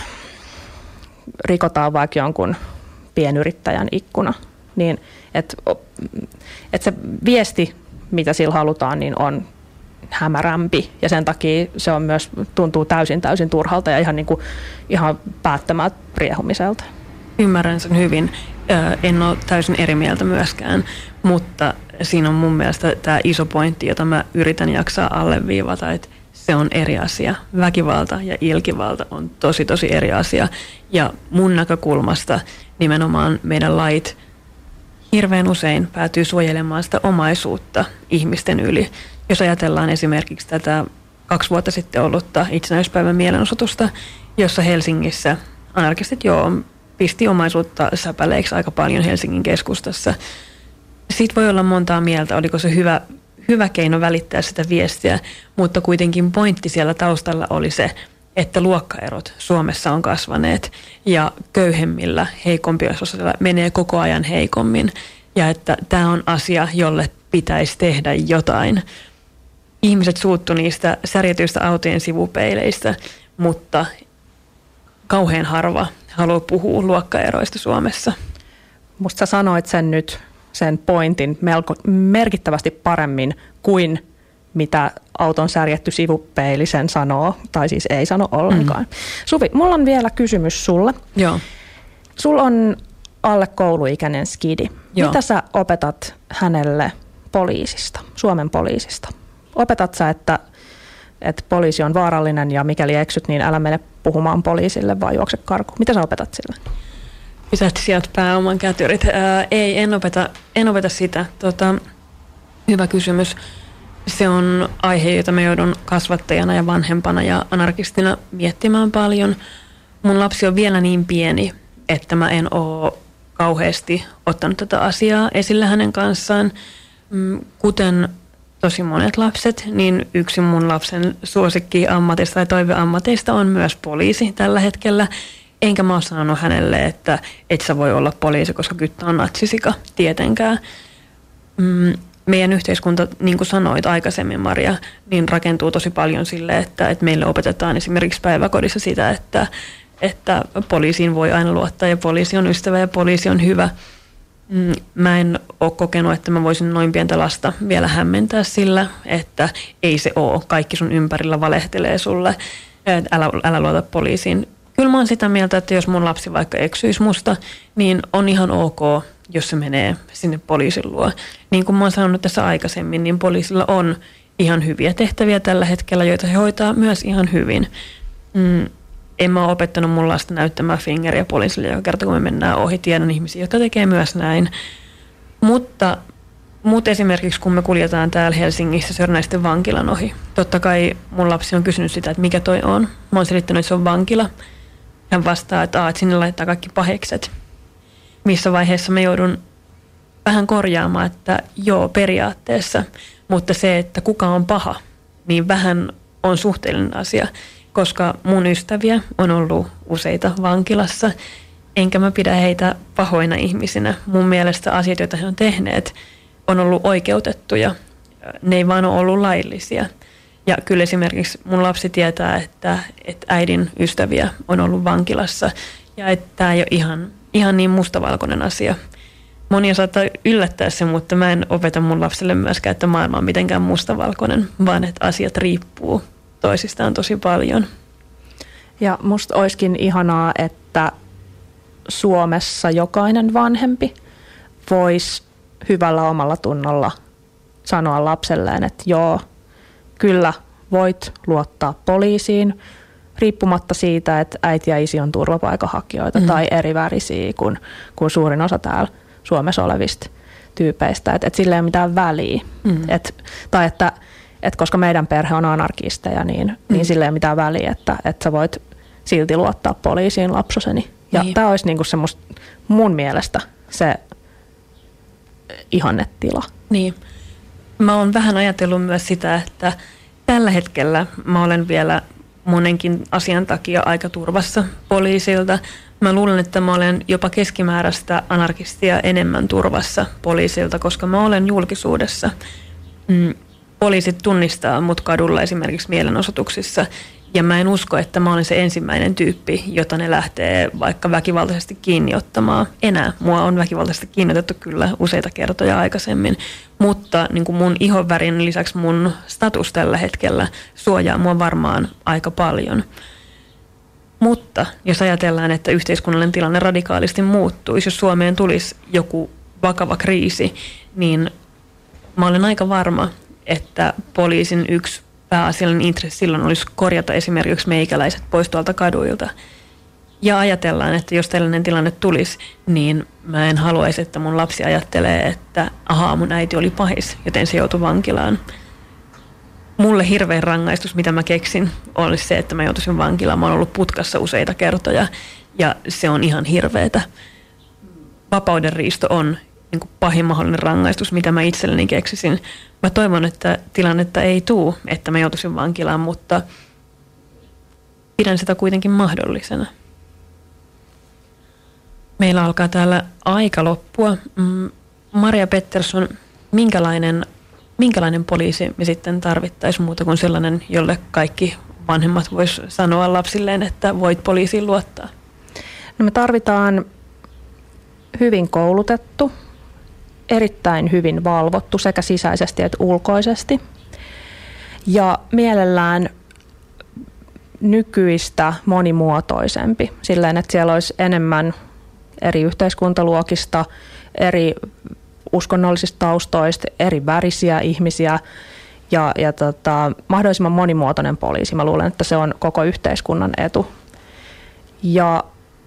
S2: rikotaan vaikka jonkun pienyrittäjän ikkuna, niin että se viesti, mitä sillä halutaan, niin on hämärämpi. Ja sen takia se on myös, tuntuu täysin turhalta ja ihan päättömältä riehumiselta.
S1: Ymmärrän sen hyvin. En ole täysin eri mieltä myöskään, mutta siinä on mun mielestä tämä iso pointti, jota mä yritän jaksaa alleviivata, että se on eri asia. Väkivalta ja ilkivalta on tosi, tosi eri asia. Ja mun näkökulmasta nimenomaan meidän lait hirveän usein päätyy suojelemaan sitä omaisuutta ihmisten yli. Jos ajatellaan esimerkiksi tätä 2 vuotta sitten ollutta itsenäisyyspäivän mielenosoitusta, jossa Helsingissä anarkistit pisti omaisuutta säpäleiksi aika paljon Helsingin keskustassa. Siitä voi olla montaa mieltä, oliko se hyvä keino välittää sitä viestiä, mutta kuitenkin pointti siellä taustalla oli se, että luokkaerot Suomessa on kasvaneet ja köyhemmillä, heikompiosaisilla menee koko ajan heikommin ja että tämä on asia, jolle pitäisi tehdä jotain. Ihmiset suuttu niistä särjetyistä autojen sivupeileistä, mutta kauhean harva haluaa puhua luokkaeroista Suomessa.
S2: Musta sä sanoit sen pointin merkittävästi paremmin kuin mitä auton särjetty sivupeili sen sanoo, tai siis ei sano ollenkaan. Suvi, mulla on vielä kysymys sulle.
S1: Joo.
S2: Sulla on alle kouluikäinen skidi.
S1: Joo.
S2: Mitä sä opetat hänelle poliisista, Suomen poliisista? Opetat sä, että poliisi on vaarallinen ja mikäli eksyt, niin älä mene puhumaan poliisille, vaan juokse karkuun. Mitä sä opetat sille?
S1: Pysähti sieltä pääoman kätyrit. En opeta sitä. Hyvä kysymys. Se on aihe, jota mä joudun kasvattajana ja vanhempana ja anarkistina miettimään paljon. Mun lapsi on vielä niin pieni, että mä en ole kauheasti ottanut tätä asiaa esille hänen kanssaan. Kuten tosi monet lapset, niin yksi mun lapsen suosikki-ammatista tai toiveammateista on myös poliisi tällä hetkellä. Enkä mä ole sanonut hänelle, että et sä voi olla poliisi, koska kyttä on natsisika, tietenkään. Meidän yhteiskunta, niin kuin sanoit aikaisemmin, Maria, niin rakentuu tosi paljon sille, että meille opetetaan esimerkiksi päiväkodissa sitä, että poliisiin voi aina luottaa ja poliisi on ystävä ja poliisi on hyvä. Mä en ole kokenut, että mä voisin noin pientä lasta vielä hämmentää sillä, että ei se ole. Kaikki sun ympärillä valehtelee sulle, älä luota poliisiin. Kyllä mä oon sitä mieltä, että jos mun lapsi vaikka eksyisi musta, niin on ihan ok, jos se menee sinne poliisin luo. Niin kuin mä oon sanonut tässä aikaisemmin, niin poliisilla on ihan hyviä tehtäviä tällä hetkellä, joita he hoitaa myös ihan hyvin. En mä ole opettanut mun lasta näyttämään fingeriä poliisille joka kerta, kun me mennään ohi. Tiedän ihmisiä, jotka tekee myös näin. Mutta esimerkiksi kun me kuljetaan täällä Helsingissä Sörnäisten vankilan ohi, totta kai mun lapsi on kysynyt sitä, että mikä toi on. Mä oon selittänyt, että se on vankila. Hän vastaa, että sinne laittaa kaikki pahekset. Missä vaiheessa mä joudun vähän korjaamaan, että joo, periaatteessa. Mutta se, että kuka on paha, niin vähän on suhteellinen asia. Koska mun ystäviä on ollut useita vankilassa, enkä mä pidä heitä pahoina ihmisinä. Mun mielestä asiat, joita he on tehneet, on ollut oikeutettuja. Ne ei vaan ole ollut laillisia. Ja kyllä esimerkiksi mun lapsi tietää, että äidin ystäviä on ollut vankilassa ja että tämä ei ole ihan niin mustavalkoinen asia. Monia saattaa yllättää se, mutta mä en opeta mun lapselle myöskään, että maailma on mitenkään mustavalkoinen, vaan että asiat riippuu toisistaan tosi paljon.
S2: Ja musta olisikin ihanaa, että Suomessa jokainen vanhempi voisi hyvällä omalla tunnolla sanoa lapselleen, että joo, kyllä voit luottaa poliisiin, riippumatta siitä, että äiti ja isi on turvapaikanhakijoita tai erivärisiä kuin suurin osa täällä Suomessa olevista tyypeistä. Että sillä ei ole mitään väliä. Tai että koska meidän perhe on anarkisteja, niin sillä ei ole mitään väliä, että sä voit silti luottaa poliisiin lapsoseni. Ja tämä olisi niinku semmoista mun mielestä se ihannetila.
S1: Niin. Mä oon vähän ajatellut myös sitä, että tällä hetkellä mä olen vielä monenkin asian takia aika turvassa poliisilta. Mä luulen, että mä olen jopa keskimääräistä anarkistia enemmän turvassa poliisilta, koska mä olen julkisuudessa. Poliisit tunnistaa mut kadulla esimerkiksi mielenosoituksissa ja mä en usko, että mä olen se ensimmäinen tyyppi, jota ne lähtee vaikka väkivaltaisesti kiinni ottamaan. Enää. Mua on väkivaltaisesti kiinnitetty kyllä useita kertoja aikaisemmin, mutta niin kuin mun ihonvärin lisäksi mun status tällä hetkellä suojaa mua varmaan aika paljon. Mutta jos ajatellaan, että yhteiskunnallinen tilanne radikaalisti muuttuisi, jos Suomeen tulisi joku vakava kriisi, niin mä olen aika varma, että poliisin yksi pääasiallinen intressi silloin olisi korjata esimerkiksi meikäläiset pois tuolta kaduilta. Ja ajatellaan, että jos tällainen tilanne tulisi, niin mä en haluaisi, että mun lapsi ajattelee, että ahaa, mun äiti oli pahis, joten se joutui vankilaan. Mulle hirvein rangaistus, mitä mä keksin, olisi se, että mä joutuisin vankilaan. Mä oon ollut putkassa useita kertoja ja se on ihan hirveetä. Vapaudenriisto on niin kuin pahin mahdollinen rangaistus, mitä mä itselleni keksisin. Mä toivon, että tilannetta ei tule, että mä joutuisin vankilaan, mutta pidän sitä kuitenkin mahdollisena. Meillä alkaa täällä aika loppua. Maria Pettersson, minkälainen poliisi me sitten tarvittaisiin muuta kuin sellainen, jolle kaikki vanhemmat vois sanoa lapsilleen, että voit poliisiin luottaa?
S2: No me tarvitaan hyvin koulutettu, erittäin hyvin valvottu sekä sisäisesti että ulkoisesti ja mielellään nykyistä monimuotoisempi silleen, että siellä olisi enemmän eri yhteiskuntaluokista, eri uskonnollisista taustoista, eri värisiä ihmisiä ja mahdollisimman monimuotoinen poliisi. Mä luulen, että se on koko yhteiskunnan etu. Ja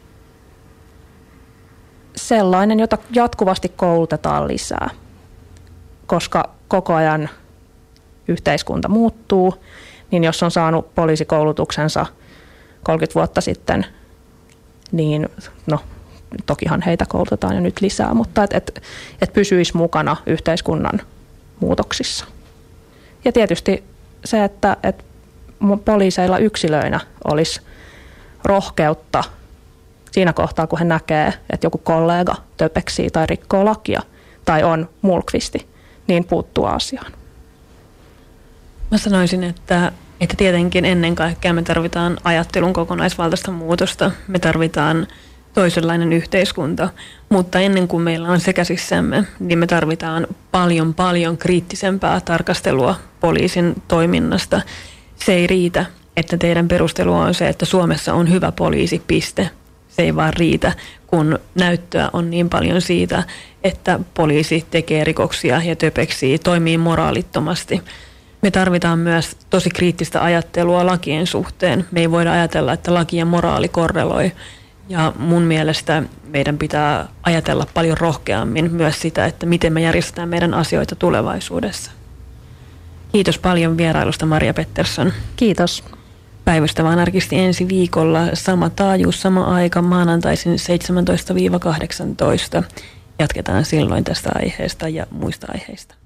S2: sellainen, jota jatkuvasti koulutetaan lisää, koska koko ajan yhteiskunta muuttuu, niin jos on saanut poliisikoulutuksensa 30 vuotta sitten, niin no tokihan heitä koulutetaan jo nyt lisää, mutta et pysyisi mukana yhteiskunnan muutoksissa. Ja tietysti se, että poliiseilla yksilöinä olisi rohkeutta siinä kohtaa, kun he näkee, että joku kollega töpeksii tai rikkoo lakia tai on mulkvisti, niin puuttuu asiaan.
S1: Mä sanoisin, että tietenkin ennen kaikkea me tarvitaan ajattelun kokonaisvaltaista muutosta. Me tarvitaan toisenlainen yhteiskunta, mutta ennen kuin meillä on se käsissämme, niin me tarvitaan paljon kriittisempää tarkastelua poliisin toiminnasta. Se ei riitä, että teidän perustelu on se, että Suomessa on hyvä poliisi, piste. Se ei vaan riitä, kun näyttöä on niin paljon siitä, että poliisi tekee rikoksia ja töpeksii, toimii moraalittomasti. Me tarvitaan myös tosi kriittistä ajattelua lakien suhteen. Me ei voida ajatella, että laki ja moraali korreloi. Ja mun mielestä meidän pitää ajatella paljon rohkeammin myös sitä, että miten me järjestetään meidän asioita tulevaisuudessa. Kiitos paljon vierailusta, Maria Pettersson.
S2: Kiitos.
S1: Päivystävä anarkisti ensi viikolla, sama taajuus, sama aika, maanantaisin 17-18. Jatketaan silloin tästä aiheesta ja muista aiheista.